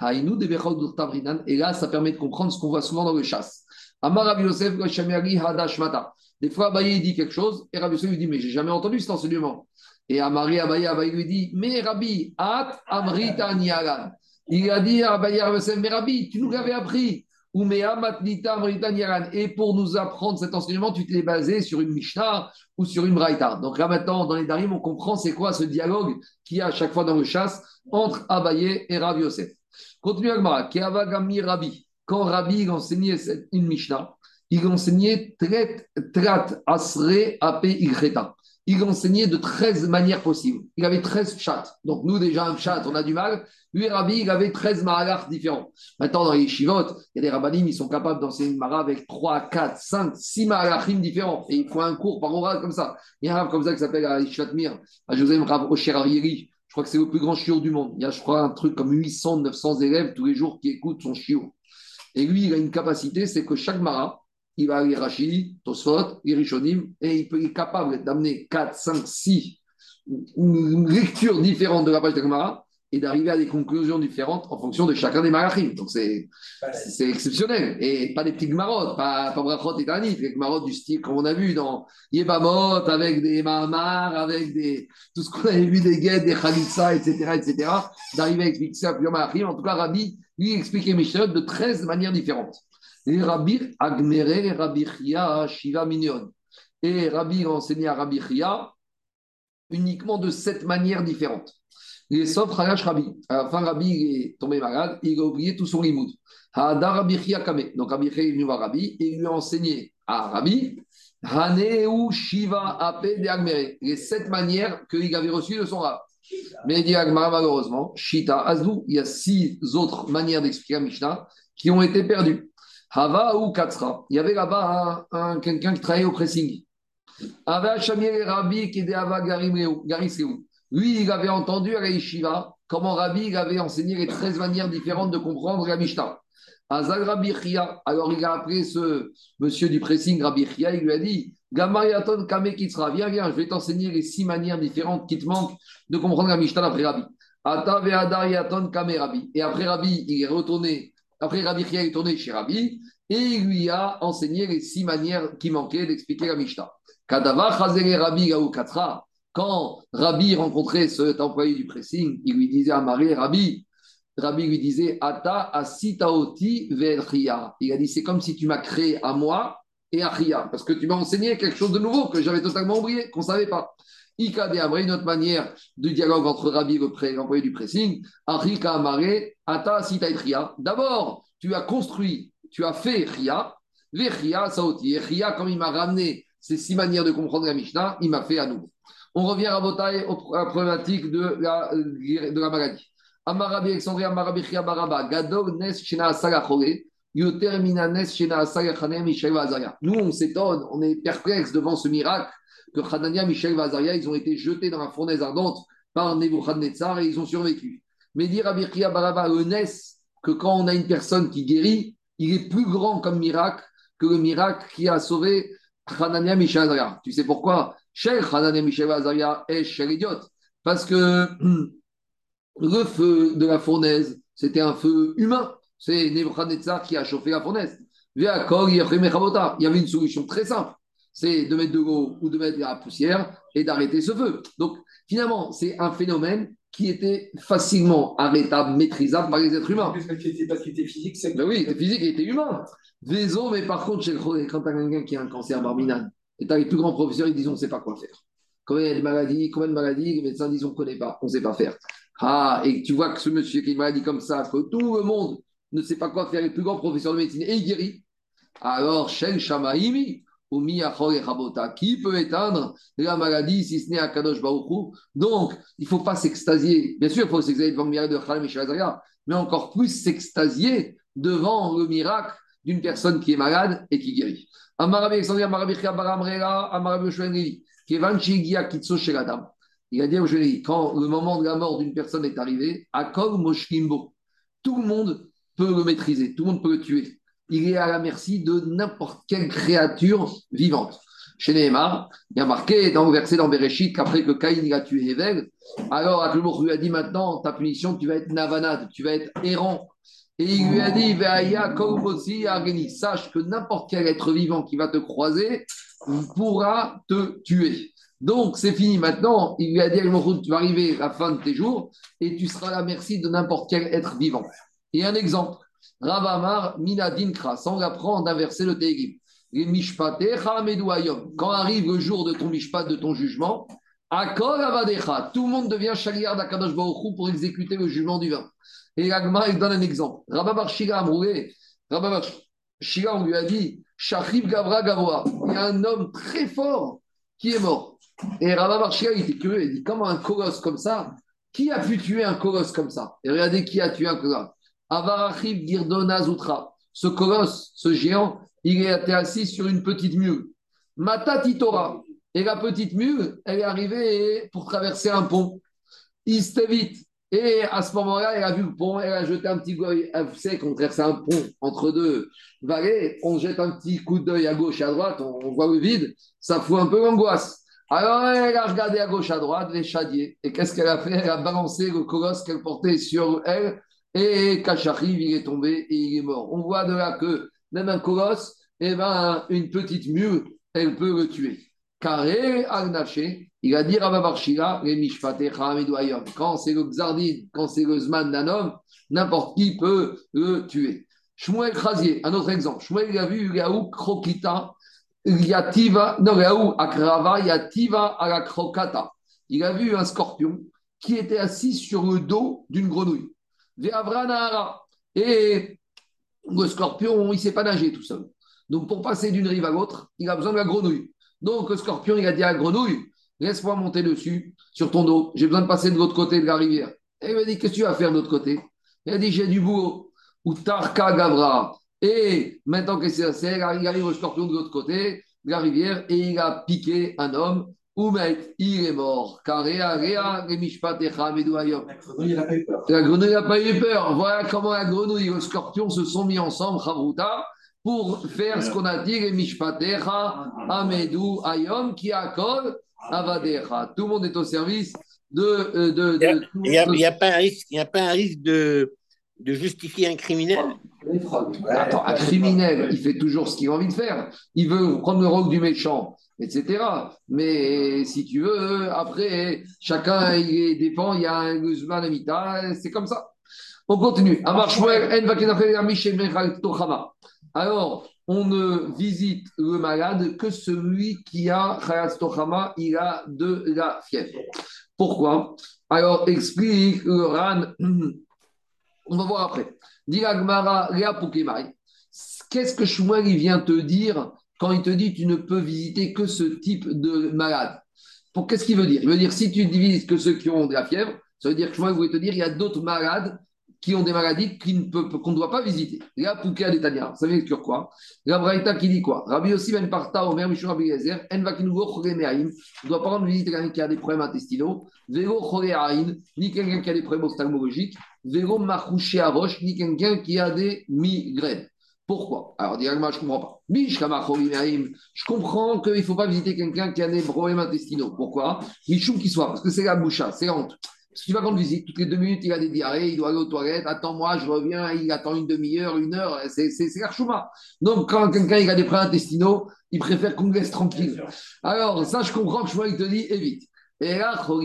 Speaker 1: Et là, ça permet de comprendre ce qu'on voit souvent dans le chasse. Amar Rav Yosef, Hadashmata. Des fois, Abaye dit quelque chose, et Rav Yosef lui dit, mais j'ai jamais entendu cet enseignement. Et Amari Abaye, Abaye lui dit, mais Rabbi, At Amrita Nialan. Il a dit à Abaye Rav Yosef, mais Rabbi, tu nous l'avais appris. Et pour nous apprendre cet enseignement, tu t'es basé sur une Mishnah ou sur une Braïta. Donc là maintenant, dans les Darim, on comprend c'est quoi ce dialogue qu'il y a à chaque fois dans le chasse entre Abaye et Rav Yosef. Continue Agmara. Keavagami Rabbi. Quand Rabbi il enseignait une Mishnah, il enseignait Trat Asre Ape Ilcheta. Il enseignait de treize manières possibles. Il avait treize chats. Donc nous, déjà, un chat, on a du mal. Lui, Rabbi, il avait treize mahalach différents. Maintenant, dans les shivot, il y a des rabbanim, ils sont capables d'enseigner une mara avec trois, quatre, cinq, six mahalachim différents. Et il faut un cours par oral comme ça. Il y a un rab comme ça qui s'appelle à Ishvatmir, à Joseph Rav Osher Arieli. Je crois que c'est le plus grand shiur du monde. Il y a, je crois, un truc comme huit cents, neuf cents élèves tous les jours qui écoutent son shiur. Et lui, il a une capacité, c'est que chaque mara, il va aller Rashi, Tosfot, Rishonim, et il, peut, il est capable d'amener quatre, cinq, six lectures différentes de la page de Gemara et d'arriver à des conclusions différentes en fonction de chacun des malachim. Donc c'est, c'est exceptionnel. Et pas des petits gmarot, pas, pas brachot et tanit, des gmarot du style comme on a vu dans Yebamot, avec des mahamar, avec des, tout ce qu'on avait vu, des guettes, des khalitsa, et cetera, et cetera, d'arriver à expliquer ça à plusieurs malachim. En tout cas, Rabbi, lui, expliquait Mishnah de treize manières différentes. Et Rabbi Agmere, Rabbi Chia, Shiva Minyon. Et Rabbi enseignait à Rabbi Chia uniquement de sept manières différentes. Et sauf Halash Rabbi. À la fin, Rabbi est tombé malade, il a oublié tout son limoud. Hada Rabbi Chia Kame. Donc Rabbi Chia est venu voir Rabbi et il lui a enseigné à Rabbi Haneu Shiva Ape de Agmere. Les sept manières qu'il avait reçues de son Rav. Mais il dit Agmara, malheureusement, Shita Azou, il y a six autres manières d'expliquer la Mishnah qui ont été perdues. Hava ou Katsra. Il y avait là-bas un, un, quelqu'un qui travaillait au pressing. Ava Shamir Rabbi qui était Ava Gariseu. Lui, il avait entendu à la Yeshiva comment Rabbi il avait enseigné les treize manières différentes de comprendre la Mishnah. Azal Rabbi Chia. Alors il a appelé ce monsieur du pressing, Rabbi Chia, il lui a dit Gamariaton Kame Kitsra, viens, viens, je vais t'enseigner les six manières différentes qui te manquent de comprendre la Mishnah d'après Rabbi. Ata Ve'adariaton Kame Rabbi. Et après Rabbi, il est retourné. Après, Rabbi Chia est tourné chez Rabbi et il lui a enseigné les six manières qui manquaient d'expliquer la Mishnah. Kadava Chazere Rabbi Gaou Katra. Quand Rabbi rencontrait cet employé du pressing, il lui disait à Maré, Rabbi, Rabbi lui disait, Ata asitaoti ve'elchia. Il a dit, c'est comme si tu m'as créé à moi et à Chia, parce que tu m'as enseigné quelque chose de nouveau que j'avais totalement oublié, qu'on ne savait pas. Ika de Amré, une autre manière de dialogue entre Rabbi et l'employé du pressing, Arika Amare, Ata asita et Chia. D'abord, tu as construit, tu as fait Chia, ve'chia saoti. Et Chia, comme il m'a ramené ces six manières de comprendre la Mishnah, il m'a fait à nouveau. On revient à Botaï à la problématique de la, de la maladie. Amarabi Alexandrie, Amarabi Chia Baraba, Gadol Nes Shena Asala Chore, Yoter Mina Nes Shena Asala Chanem Michel Vazaria. Nous, on s'étonne, on est perplexe devant ce miracle que Hanania, Michel Vazaria, ils ont été jetés dans la fournaise ardente par Nebuchadnezzar et ils ont survécu. Mais dire Rabbi Chia Baraba, le Nes, que quand on a une personne qui guérit, il est plus grand comme miracle que le miracle qui a sauvé Hanania, Michel Vazaria. Tu sais pourquoi? Chez Hanania, Michel Vazaria est chez l'idiote. Parce que le feu de la fournaise, c'était un feu humain. C'est Nebuchadnezzar qui a chauffé la fournaise. Il y avait une solution très simple. C'est de mettre de l'eau ou de mettre de la poussière et d'arrêter ce feu. Donc, finalement, c'est un phénomène qui était facilement arrêtable, maîtrisable par les êtres humains.
Speaker 2: Parce qu'il était physique, c'est
Speaker 1: Ben oui, il était physique et il était humain. Vaison, mais par contre, quand tu as quelqu'un qui a un cancer barminal, et tu as les plus grands professeurs, ils disent on ne sait pas quoi faire. Combien il y a de maladies, combien de maladies, les médecins disent on ne connaît pas, on ne sait pas faire. Ah, et tu vois que ce monsieur qui a une maladie comme ça, que tout le monde ne sait pas quoi faire, les plus grands professeurs de médecine, et il guérit. Alors, Shel Shamaimi, qui peut éteindre la maladie si ce n'est Akadosh Baruch Hu? Donc, il ne faut pas s'extasier. Bien sûr, il faut s'extasier devant le miracle de Khalem et Shazaria, mais encore plus s'extasier devant le miracle d'une personne qui est malade et qui guérit. Amarabi Alexandria, Amarabi Chia Baramrela, Amarabi Oshwenri, Kevan Shigia Kitso Sheladam. Il a dit au Oshwenri, quand le moment de la mort d'une personne est arrivé, Akol Moshkimbo, tout le monde peut le maîtriser, tout le monde peut le tuer. Il est à la merci de n'importe quelle créature vivante. Chez Nehemar, il y a marqué dans le verset dans Bereshit qu'après que Caïn il a tué Hevel, alors Akhlmour lui a dit maintenant, ta punition, tu vas être navanade, tu vas être errant. Et il lui a dit, Veaya Koumosi Argeni, sache que n'importe quel être vivant qui va te croiser pourra te tuer. Donc c'est fini maintenant. Il lui a dit, Akhlmour, tu vas arriver à la fin de tes jours et tu seras à la merci de n'importe quel être vivant. Et un exemple. Rav Amar Minadin Kra, sans apprendre d'inverser le Tehillim. Les Mishpatecha Medou Hayom. Quand arrive le jour de ton Mishpat, de ton jugement, Akol Avadecha, tout le monde devient chaliard d'Akadosh Baruch Hu pour exécuter le jugement divin. Et l'Agma, il donne un exemple. Rabba Bar Shila Amroulé, Rabba Bar Shila, on lui a dit, Shachib Gavra Gavoa, il y a un homme très fort qui est mort. Et Rabba Bar Shila, il était curieux, il dit, comment un colosse comme ça, qui a pu tuer un colosse comme ça? Et regardez qui a tué un colosse. Avarachib Girdona Zoutra. Ce colosse, ce géant, il était assis sur une petite mule. Matatitora. Et la petite mule, elle est arrivée pour traverser un pont. Istevit. Et à ce moment-là, elle a vu le pont, elle a jeté un petit goy. Vous savez, quand on traverse un pont entre deux vallées, on jette un petit coup d'œil à gauche et à droite, on, on voit le vide, ça fout un peu l'angoisse. Alors elle a regardé à gauche, à droite, les chadiers. Et qu'est-ce qu'elle a fait? Elle a balancé le colosse qu'elle portait sur elle. Et Kachachiv, il est tombé et il est mort. On voit de là que même un colosse, eh ben, une petite mule, elle peut le tuer. Carré al-Naché, il a dit Rabba Bar Shila, les Mishpate Chahamidou Ayom. Quand c'est le Xardin, quand c'est le Zman d'un homme, n'importe qui peut le tuer. Shmuel Khazier, un autre exemple. Shmuel, il a vu Yaou Krokita, Yativa, non, Yaou Akrava, Yativa à la Krokata. Il a vu un scorpion qui était assis sur le dos d'une grenouille. Et le scorpion, il ne sait pas nager tout seul. Donc, pour passer d'une rive à l'autre, il a besoin de la grenouille. Donc, le scorpion, il a dit à la grenouille, laisse-moi monter dessus, sur ton dos. J'ai besoin de passer de l'autre côté de la rivière. Et il m'a dit, qu'est-ce que tu vas faire de l'autre côté? Il a dit, j'ai du boulot. Ou Tarka Gavra. Et maintenant, qu'est-ce que c'est? Il arrive le scorpion de l'autre côté de la rivière et il a piqué un homme. Oumet, il est mort. Car Réa, Réa, les Mishpatecha, Medouayom. La grenouille n'a pas eu peur. La grenouille n'a pas eu peur. Voilà comment la grenouille et le scorpion se sont mis ensemble, Chavruta, pour faire ce qu'on a dit, les Mishpatecha, Amedou, Ayom, qui accorde Avadecha. Tout le monde est au service de. de, de
Speaker 3: il n'y a, a, a pas un risque, il y a pas un risque de, de justifier un criminel.
Speaker 1: Attends, un criminel, il fait toujours ce qu'il a envie de faire. Il veut prendre le rôle du méchant, et cetera. Mais si tu veux, après, chacun il dépend. Il y a un Guzman Amita, c'est comme ça. On continue. Alors, on ne visite le malade que celui qui a Khalas Tochama, il a de la fièvre. Pourquoi? Alors, explique le Ran. On va voir après. Qu'est-ce que Shmuel il vient te dire quand il te dit tu ne peux visiter que ce type de malade? Pour qu'est-ce qu'il veut dire? Il veut dire si tu ne visites que ceux qui ont de la fièvre, ça veut dire que Shmuel voulait te dire il y a d'autres malades qui ont des maladies qui ne peut, qu'on ne doit pas visiter. Là, Pouka d'Etania, ça veut dire quoi? La Braïta qui dit quoi? Rabbi Yossi ben Parta, Omer Mishur Rabbi Yezer, En Vakinugo Chore Me'aim, ne doit pas rendre visite à quelqu'un qui a des problèmes intestinaux, Vélo Chore Aïn, ni quelqu'un qui a des problèmes ophtalmologiques, Vélo Machouché Aroche, ni quelqu'un qui a des migraines. Pourquoi? Alors, directement, je ne comprends pas. Bish Kama Chore Me'aim, je comprends qu'il ne faut pas visiter quelqu'un qui a des problèmes intestinaux. Pourquoi? Michoum qui soit, parce que c'est la boucha, c'est la honte. Parce que tu vas rendre visite, toutes les deux minutes, il a des diarrhées, il doit aller aux toilettes, attends-moi, je reviens, il attend une demi-heure, une heure, c'est l'archouma. Donc, quand quelqu'un il a des problèmes intestinaux, il préfère qu'on le laisse tranquille. Alors, ça, je comprends que je vois, il te dit, évite. Et là, pourquoi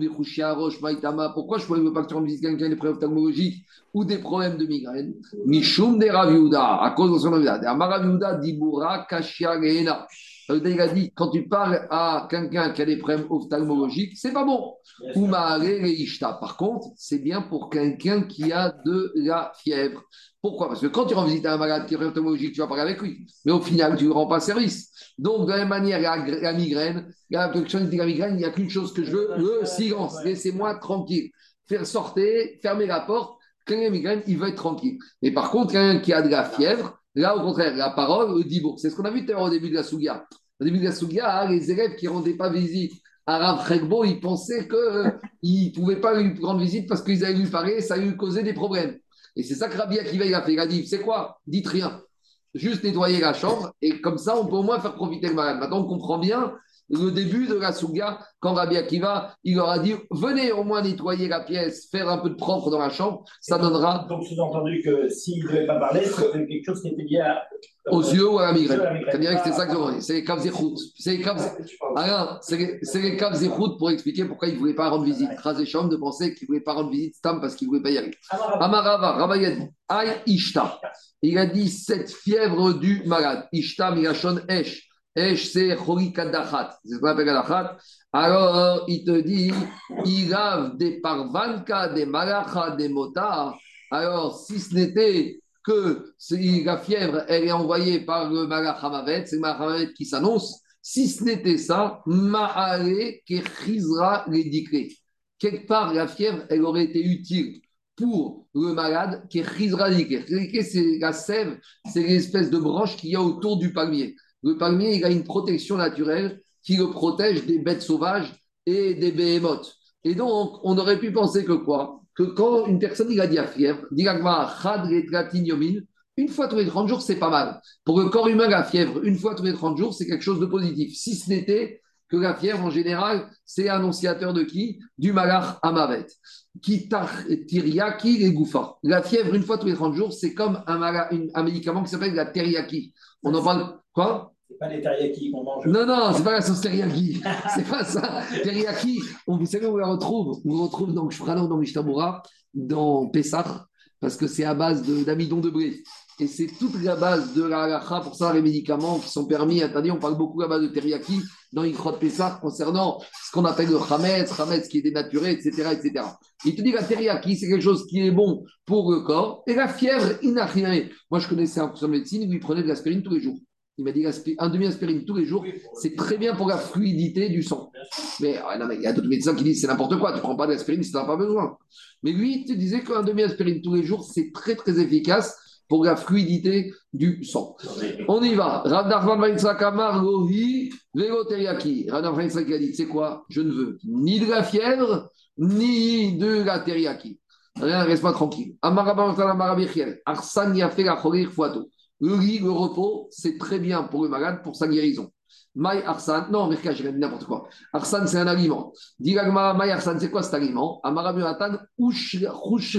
Speaker 1: je ne veux pas que tu rendes visite quelqu'un qui a des problèmes ophtalmologiques ou des problèmes de migraine? Mishum de Raviuda, à cause de son Raviuda. Raviuda dibura kashia geena. Il a dit, quand tu parles à quelqu'un qui a des problèmes ophtalmologiques, c'est pas bon. Par contre, c'est bien pour quelqu'un qui a de la fièvre. Pourquoi? Parce que quand tu rends visite à un malade qui a des problèmes ophtalmologiques, tu vas parler avec lui. Mais au final, tu ne rends pas service. Donc, de la même manière, la, la migraine, la, la migraine, il n'y a qu'une chose que je veux, le silence. Laissez-moi tranquille. Faire sortir, fermer la porte. Quelqu'un qui a migraine, il veut être tranquille. Mais par contre, quelqu'un qui a de la fièvre, là, au contraire, la parole dit bon. C'est ce qu'on a vu tout à l'heure au début de la Sougia. Au début de la Sougia, les élèves qui ne rendaient pas visite à Rav Chekbo, ils pensaient qu'ils ne pouvaient pas lui rendre visite parce qu'ils allaient lui parler, ça lui causait des problèmes. Et c'est ça que Rabbi Akiva il a fait. Il a dit c'est quoi? Dites rien. Juste nettoyer la chambre et comme ça, on peut au moins faire profiter le malade. Maintenant, on comprend bien le début de la Souga, quand Rabbi Akiva, il leur a dit venez au moins nettoyer la pièce, faire un peu de propre dans la chambre, ça donnera.
Speaker 5: Donc, sous-entendu que s'il ne devait pas parler, c'était quelque chose qui était lié à.
Speaker 1: Aux yeux ou à la migraine. C'est-à-dire que c'était ça que j'ai dit. C'est les caves zéchout. C'est les caves Alain, c'est les caves zéchout pour expliquer pourquoi il ne voulait pas rendre visite. Raz et Sham de penser qu'il ne voulait pas rendre visite Stam parce qu'il ne voulait pas y aller. Amarava, Rabbi a dit Aïe Ishta. Il a dit cette fièvre du malade. Ishta Migashon Esh. Esh, c'est Chori Kadachat. C'est ce qu'on appelle Kadachat. Alors, il te dit Irav des Parvanka, des Malacha, des Mota. Alors, si ce n'était que la fièvre, elle est envoyée par le Malach Hamavet, c'est le Malach Hamavet qui s'annonce. Si ce n'était ça, Ma'ale Kechizra Ledikre. Quelque part, la fièvre, elle aurait été utile pour le malade Kechizra Ledikre. C'est la sève, c'est l'espèce de branche qu'il y a autour du palmier. Le palmier, il a une protection naturelle qui le protège des bêtes sauvages et des béhémotes. Et donc, on aurait pu penser que quoi? Que quand une personne il a de la fièvre, une fois tous les trente jours, c'est pas mal. Pour le corps humain, la fièvre, une fois tous les trente jours, c'est quelque chose de positif. Si ce n'était que la fièvre, en général, c'est annonciateur de qui? Du malach Hamavet. Qui tiriaki et goufa. La fièvre, une fois tous les trente jours, c'est comme un, mala, une, un médicament qui s'appelle la teriyaki. On en parle. Quoi?
Speaker 5: C'est pas les teriyaki qu'on mange.
Speaker 1: Non, non, c'est pas la sauce teriyaki. C'est pas ça. Teriyaki, on, vous savez où on la retrouve? On la retrouve dans Shprano, dans Mishtabura, dans Pessah, parce que c'est à base d'amidon de, de blé. Et c'est toute la base de la halacha pour ça, les médicaments qui sont permis, interdits. On parle beaucoup là-bas de teriyaki dans Ikrot Pessah concernant ce qu'on appelle le chametz, chametz qui est dénaturé, et cetera, et cetera. Il te dit que la teriyaki, c'est quelque chose qui est bon pour le corps. Et la fièvre, il n'a rien. Moi, je connaissais un professeur de médecine, il lui prenait de l'aspirine tous les jours. Il m'a dit un demi-aspirine tous les jours, c'est très bien pour la fluidité du sang. Mais ah, non, mais il y a d'autres médecins qui disent c'est n'importe quoi, tu ne prends pas d'aspirine si tu n'en as pas besoin. Mais lui, il te disait qu'un demi-aspirine tous les jours, c'est très très efficace pour la fluidité du sang. On y va. Rav Nachman ben Yitzhak Amar Lohi Velo Teriyaki. Rav Nachman ben Yitzhak a dit c'est quoi? Je ne veux ni de la fièvre, ni de la teriyaki. Rien, reste pas tranquille. Amar Rabban Amar Abichiel. Arsan Yafé la Chorir Fouato. Le lit, le repos, c'est très bien pour le malade, pour sa guérison. Maï Arsan, non, Mirka, j'ai dit n'importe quoi. Arsan, c'est un aliment. Dilagma, Maï Arsan, c'est quoi cet aliment? Amarabu Atan, Ushla,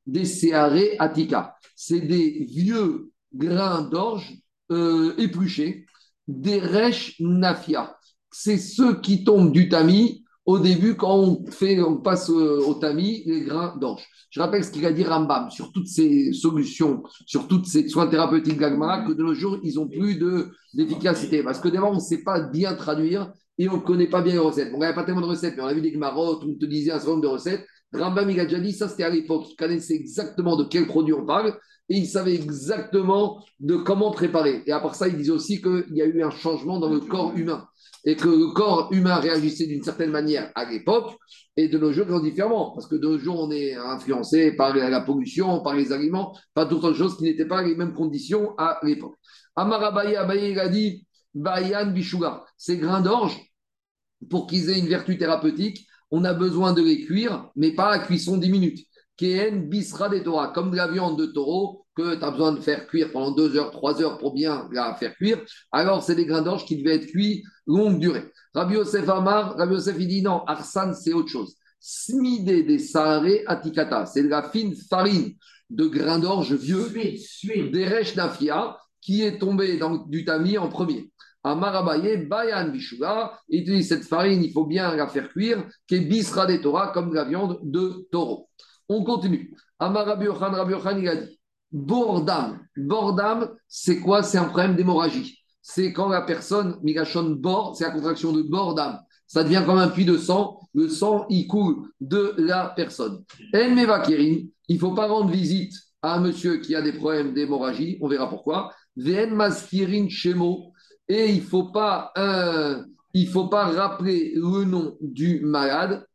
Speaker 1: des Seare Atika. C'est des vieux grains d'orge euh, épluchés, des Resh Nafia. C'est ceux qui tombent du tamis au début quand on, fait, on passe euh, au tamis les grains d'orge. Je rappelle ce qu'il a dit Rambam sur toutes ces solutions, sur tous ces soins thérapeutiques d'Agmara, que de nos jours, ils n'ont plus de, d'efficacité. Parce que d'abord, on ne sait pas bien traduire et on ne connaît pas bien les recettes. Bon, il n'y a pas tellement de recettes, mais on a vu des Gmarotes où on te disait un certain nombre de recettes. Rambam, il a déjà dit, ça c'était à l'époque, il connaissait exactement de quel produit on parle et il savait exactement de comment préparer. Et à part ça, il disait aussi qu'il y a eu un changement dans le corps humain et que le corps humain réagissait d'une certaine manière à l'époque et de nos jours, ils sont différemment. Parce que de nos jours, on est influencé par la pollution, par les aliments, par toutes autres choses qui n'étaient pas les mêmes conditions à l'époque. Amar Abaye, Abaye, il a dit, Bayan Bishuga, ces grains d'orge, pour qu'ils aient une vertu thérapeutique, on a besoin de les cuire, mais pas à cuisson dix minutes. Kehen bisra des Torah, comme de la viande de taureau que tu as besoin de faire cuire pendant deux heures, trois heures pour bien la faire cuire. Alors, c'est des grains d'orge qui devaient être cuits longue durée. Rabbi Yosef Amar, Rabbi Yosef, il dit non, Arsan, c'est autre chose. Smide des Saharé Atikata, c'est de la fine farine de grains d'orge vieux, des Resh Nafia, qui est tombée dans du tamis en premier. Amarabaye, Bayan Bishuga, il dit cette farine, il faut bien la faire cuire, qui est bisra des Torah, comme de la viande de taureau. On continue. Amar Rabbi Yochan, Rabbi Yochan, il a dit Bordam. Bordam, c'est quoi? C'est un problème d'hémorragie. C'est quand la personne, Migashon bord, c'est la contraction de bordam. Ça devient comme un puits de sang. Le sang, il coule de la personne. En Mevakerin, il ne faut pas rendre visite à un monsieur qui a des problèmes d'hémorragie. On verra pourquoi. Ven Maskirin Shemo. Et il ne faut pas, euh, il faut pas rappeler le nom du malade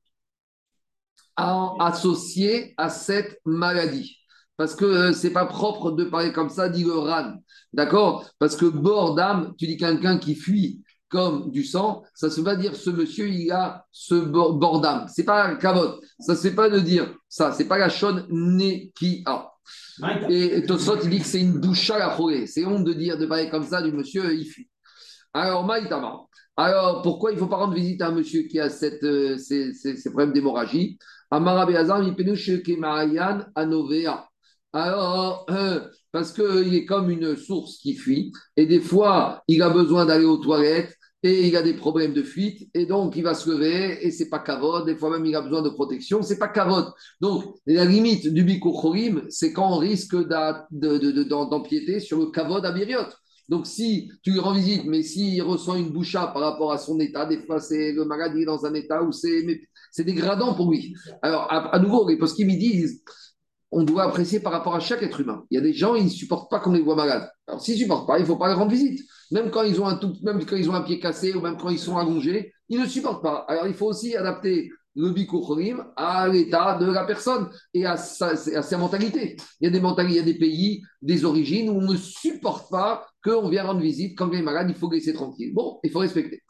Speaker 1: associé à cette maladie. Parce que euh, ce n'est pas propre de parler comme ça, dit le Ran. D'accord? Parce que bord d'âme, tu dis quelqu'un qui fuit comme du sang, ça ne se va dire ce monsieur, il a ce bord, bord d'âme. Ce n'est pas un cavote. Ça ne se fait pas de dire ça. Ce n'est pas la chonne né qui a. Et Tosot, il dit que c'est une boucha la choré. C'est honte de dire, de parler comme ça du monsieur, il fuit. Alors, Maïtama. Alors, pourquoi il ne faut pas rendre visite à un monsieur qui a cette, euh, ces, ces, ces problèmes d'hémorragie? Amara Beazar, Mipenouche Kemarayan Anovea. Alors, euh, parce qu'il est comme une source qui fuit, et des fois, il a besoin d'aller aux toilettes, et il a des problèmes de fuite, et donc il va se lever, et c'est pas kavod, des fois même il a besoin de protection, c'est pas kavod. Donc, la limite du bikochorim, c'est quand on risque d'a, de, de, de, d'empiéter sur le kavod à Biriot. Donc, si tu lui rends visite, mais s'il ressent une boucha par rapport à son état, des fois, c'est le malade il est dans un état où c'est, c'est dégradant pour lui. Alors, à, à nouveau, les poskim, ils disent, on doit apprécier par rapport à chaque être humain. Il y a des gens, ils ne supportent pas qu'on les voit malades. Alors, s'ils ne supportent pas, il ne faut pas leur rendre visite. Même quand, ils ont un tout, même quand ils ont un pied cassé ou même quand ils sont allongés, ils ne supportent pas. Alors, il faut aussi adapter le bikochorim à l'état de la personne et à sa, à sa mentalité. Il y a des mentalités, il y a des pays, des origines où on ne supporte pas qu'on vient rendre visite. Quand il est malade, il faut laisser tranquille. Bon, il faut respecter.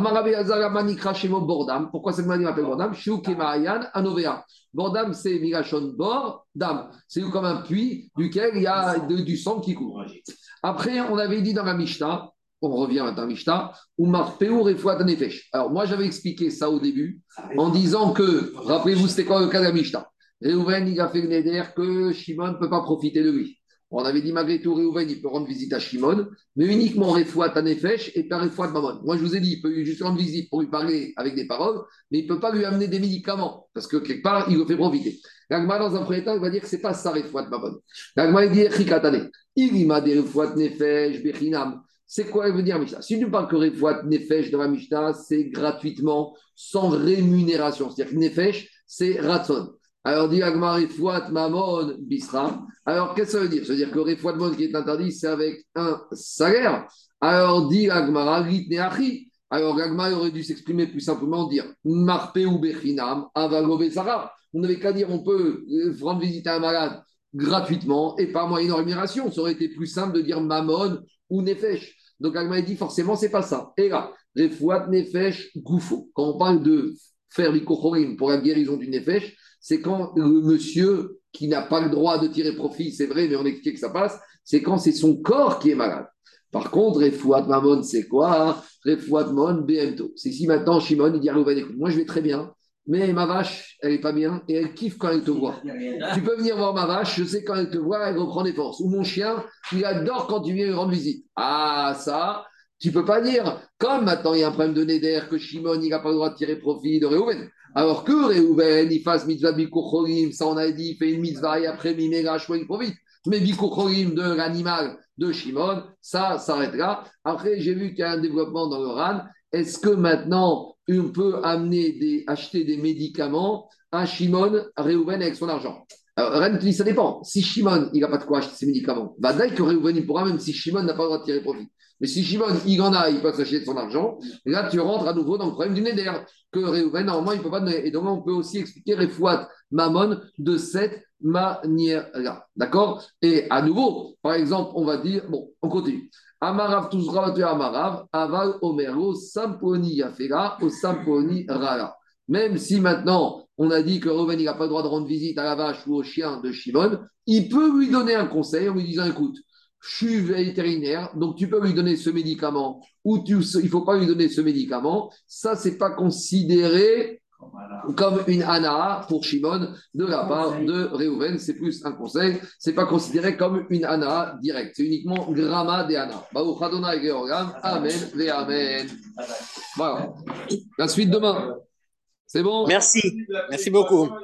Speaker 1: Bordam. Pourquoi cette maladie m'appelle Bordam? Bordam, c'est Migashon Bordam. C'est comme un puits duquel il y a de, du sang qui coule. Après, on avait dit dans la Mishnah, on revient à la Mishnah, Oumar Peur et Fouad Nefesh. Alors, moi, j'avais expliqué ça au début en disant que, rappelez-vous, c'était quoi le cas de la Mishnah? Réhouven, il a fait le néder que Shimon ne peut pas profiter de lui. On avait dit malgré tout, Réhouven, il peut rendre visite à Shimon, mais uniquement Refouat Nefesh et pas Refouat Mamon. Moi, je vous ai dit, il peut juste rendre visite pour lui parler avec des paroles, mais il ne peut pas lui amener des médicaments, parce que quelque part, il le fait profiter. L'Agma, dans un premier temps, il va dire que ce n'est pas ça, Refouat Mamon. L'Agma, il dit, Chikatane, il m'a des Refouat Nefesh, Bechinam. C'est quoi elle veut dire Mishnah? Si tu parles que Refouat Nefesh dans la Mishnah, c'est gratuitement, sans rémunération. C'est-à-dire que Nefesh, c'est Ratson. Alors, dit Agmar Refouat Mamon Bisra. Alors, qu'est-ce que ça veut dire? Ça veut dire que Refouat Mamon qui est interdit, c'est avec un salaire. Alors, dit Agmar Ritneachi. Alors, Agmar aurait dû s'exprimer plus simplement, dire Marpe ou Bechinam, Avagové Sarah. On n'avait qu'à dire on peut rendre visite à un malade gratuitement et pas moyenne rémunération. Ça aurait été plus simple de dire Mamon ou Nefesh. Donc, Agma dit forcément, c'est pas ça. Et là, Refouat Nefesh Goufo. Quand on parle de faire l'ikochorim pour la guérison du Nefesh, c'est quand le monsieur qui n'a pas le droit de tirer profit, c'est vrai, mais on explique que ça passe, c'est quand c'est son corps qui est malade. Par contre, Refouat Mamon, c'est quoi? Refouat Mamon, B M T O. C'est si maintenant Shimon, il dit à Reuven, écoute, moi je vais très bien, mais ma vache, elle n'est pas bien et elle kiffe quand elle te voit. Tu peux venir voir ma vache, je sais quand elle te voit, elle reprend des forces. Ou mon chien, il adore quand tu viens lui rendre visite. Ah, ça, tu peux pas dire. Comme maintenant il y a un problème de Neder, que Shimon, il n'a pas le droit de tirer profit de Réhouven. Alors que Réhouven, il fasse mitzvah bikuchorim, ça on a dit, il fait une mitzvah et après Mimera, il profite. Mais bikuchorim de l'animal de Shimon, ça s'arrête là. Après, j'ai vu qu'il y a un développement dans le R A N. Est-ce que maintenant, on peut amener des, acheter des médicaments à Shimon, à Réhouven avec son argent? Alors, R A N te dit, ça dépend. Si Shimon, il n'a pas de quoi acheter ses médicaments, bah d'ailleurs que Réhouven, il pourra, même si Shimon n'a pas le droit de tirer profit. Mais si Shimon, il en a, il peut s'acheter de son argent, et là, tu rentres à nouveau dans le problème du Neder, que Réhouven, normalement, il ne peut pas donner. Et donc, on peut aussi expliquer les Refouat Mammon de cette manière-là. D'accord? Et à nouveau, par exemple, on va dire, bon, on continue. Amarav Tuzra Amarav, Aval Omero, Samponi Yafera, au Samponi Rara. Même si maintenant, on a dit que Réhouven, il n'a pas le droit de rendre visite à la vache ou au chien de Shimon, il peut lui donner un conseil en lui disant, écoute, je suis vétérinaire, donc tu peux lui donner ce médicament ou tu, il ne faut pas lui donner ce médicament. Ça, ce n'est pas considéré comme une ana pour Shimon de la part de Réhouven. C'est plus un conseil. Ce n'est pas considéré comme une ana directe. C'est uniquement gramma de ana. Baruch Adonai Georgam. Amen ve Amen. Voilà. La suite demain. C'est bon?
Speaker 3: Merci. Merci beaucoup.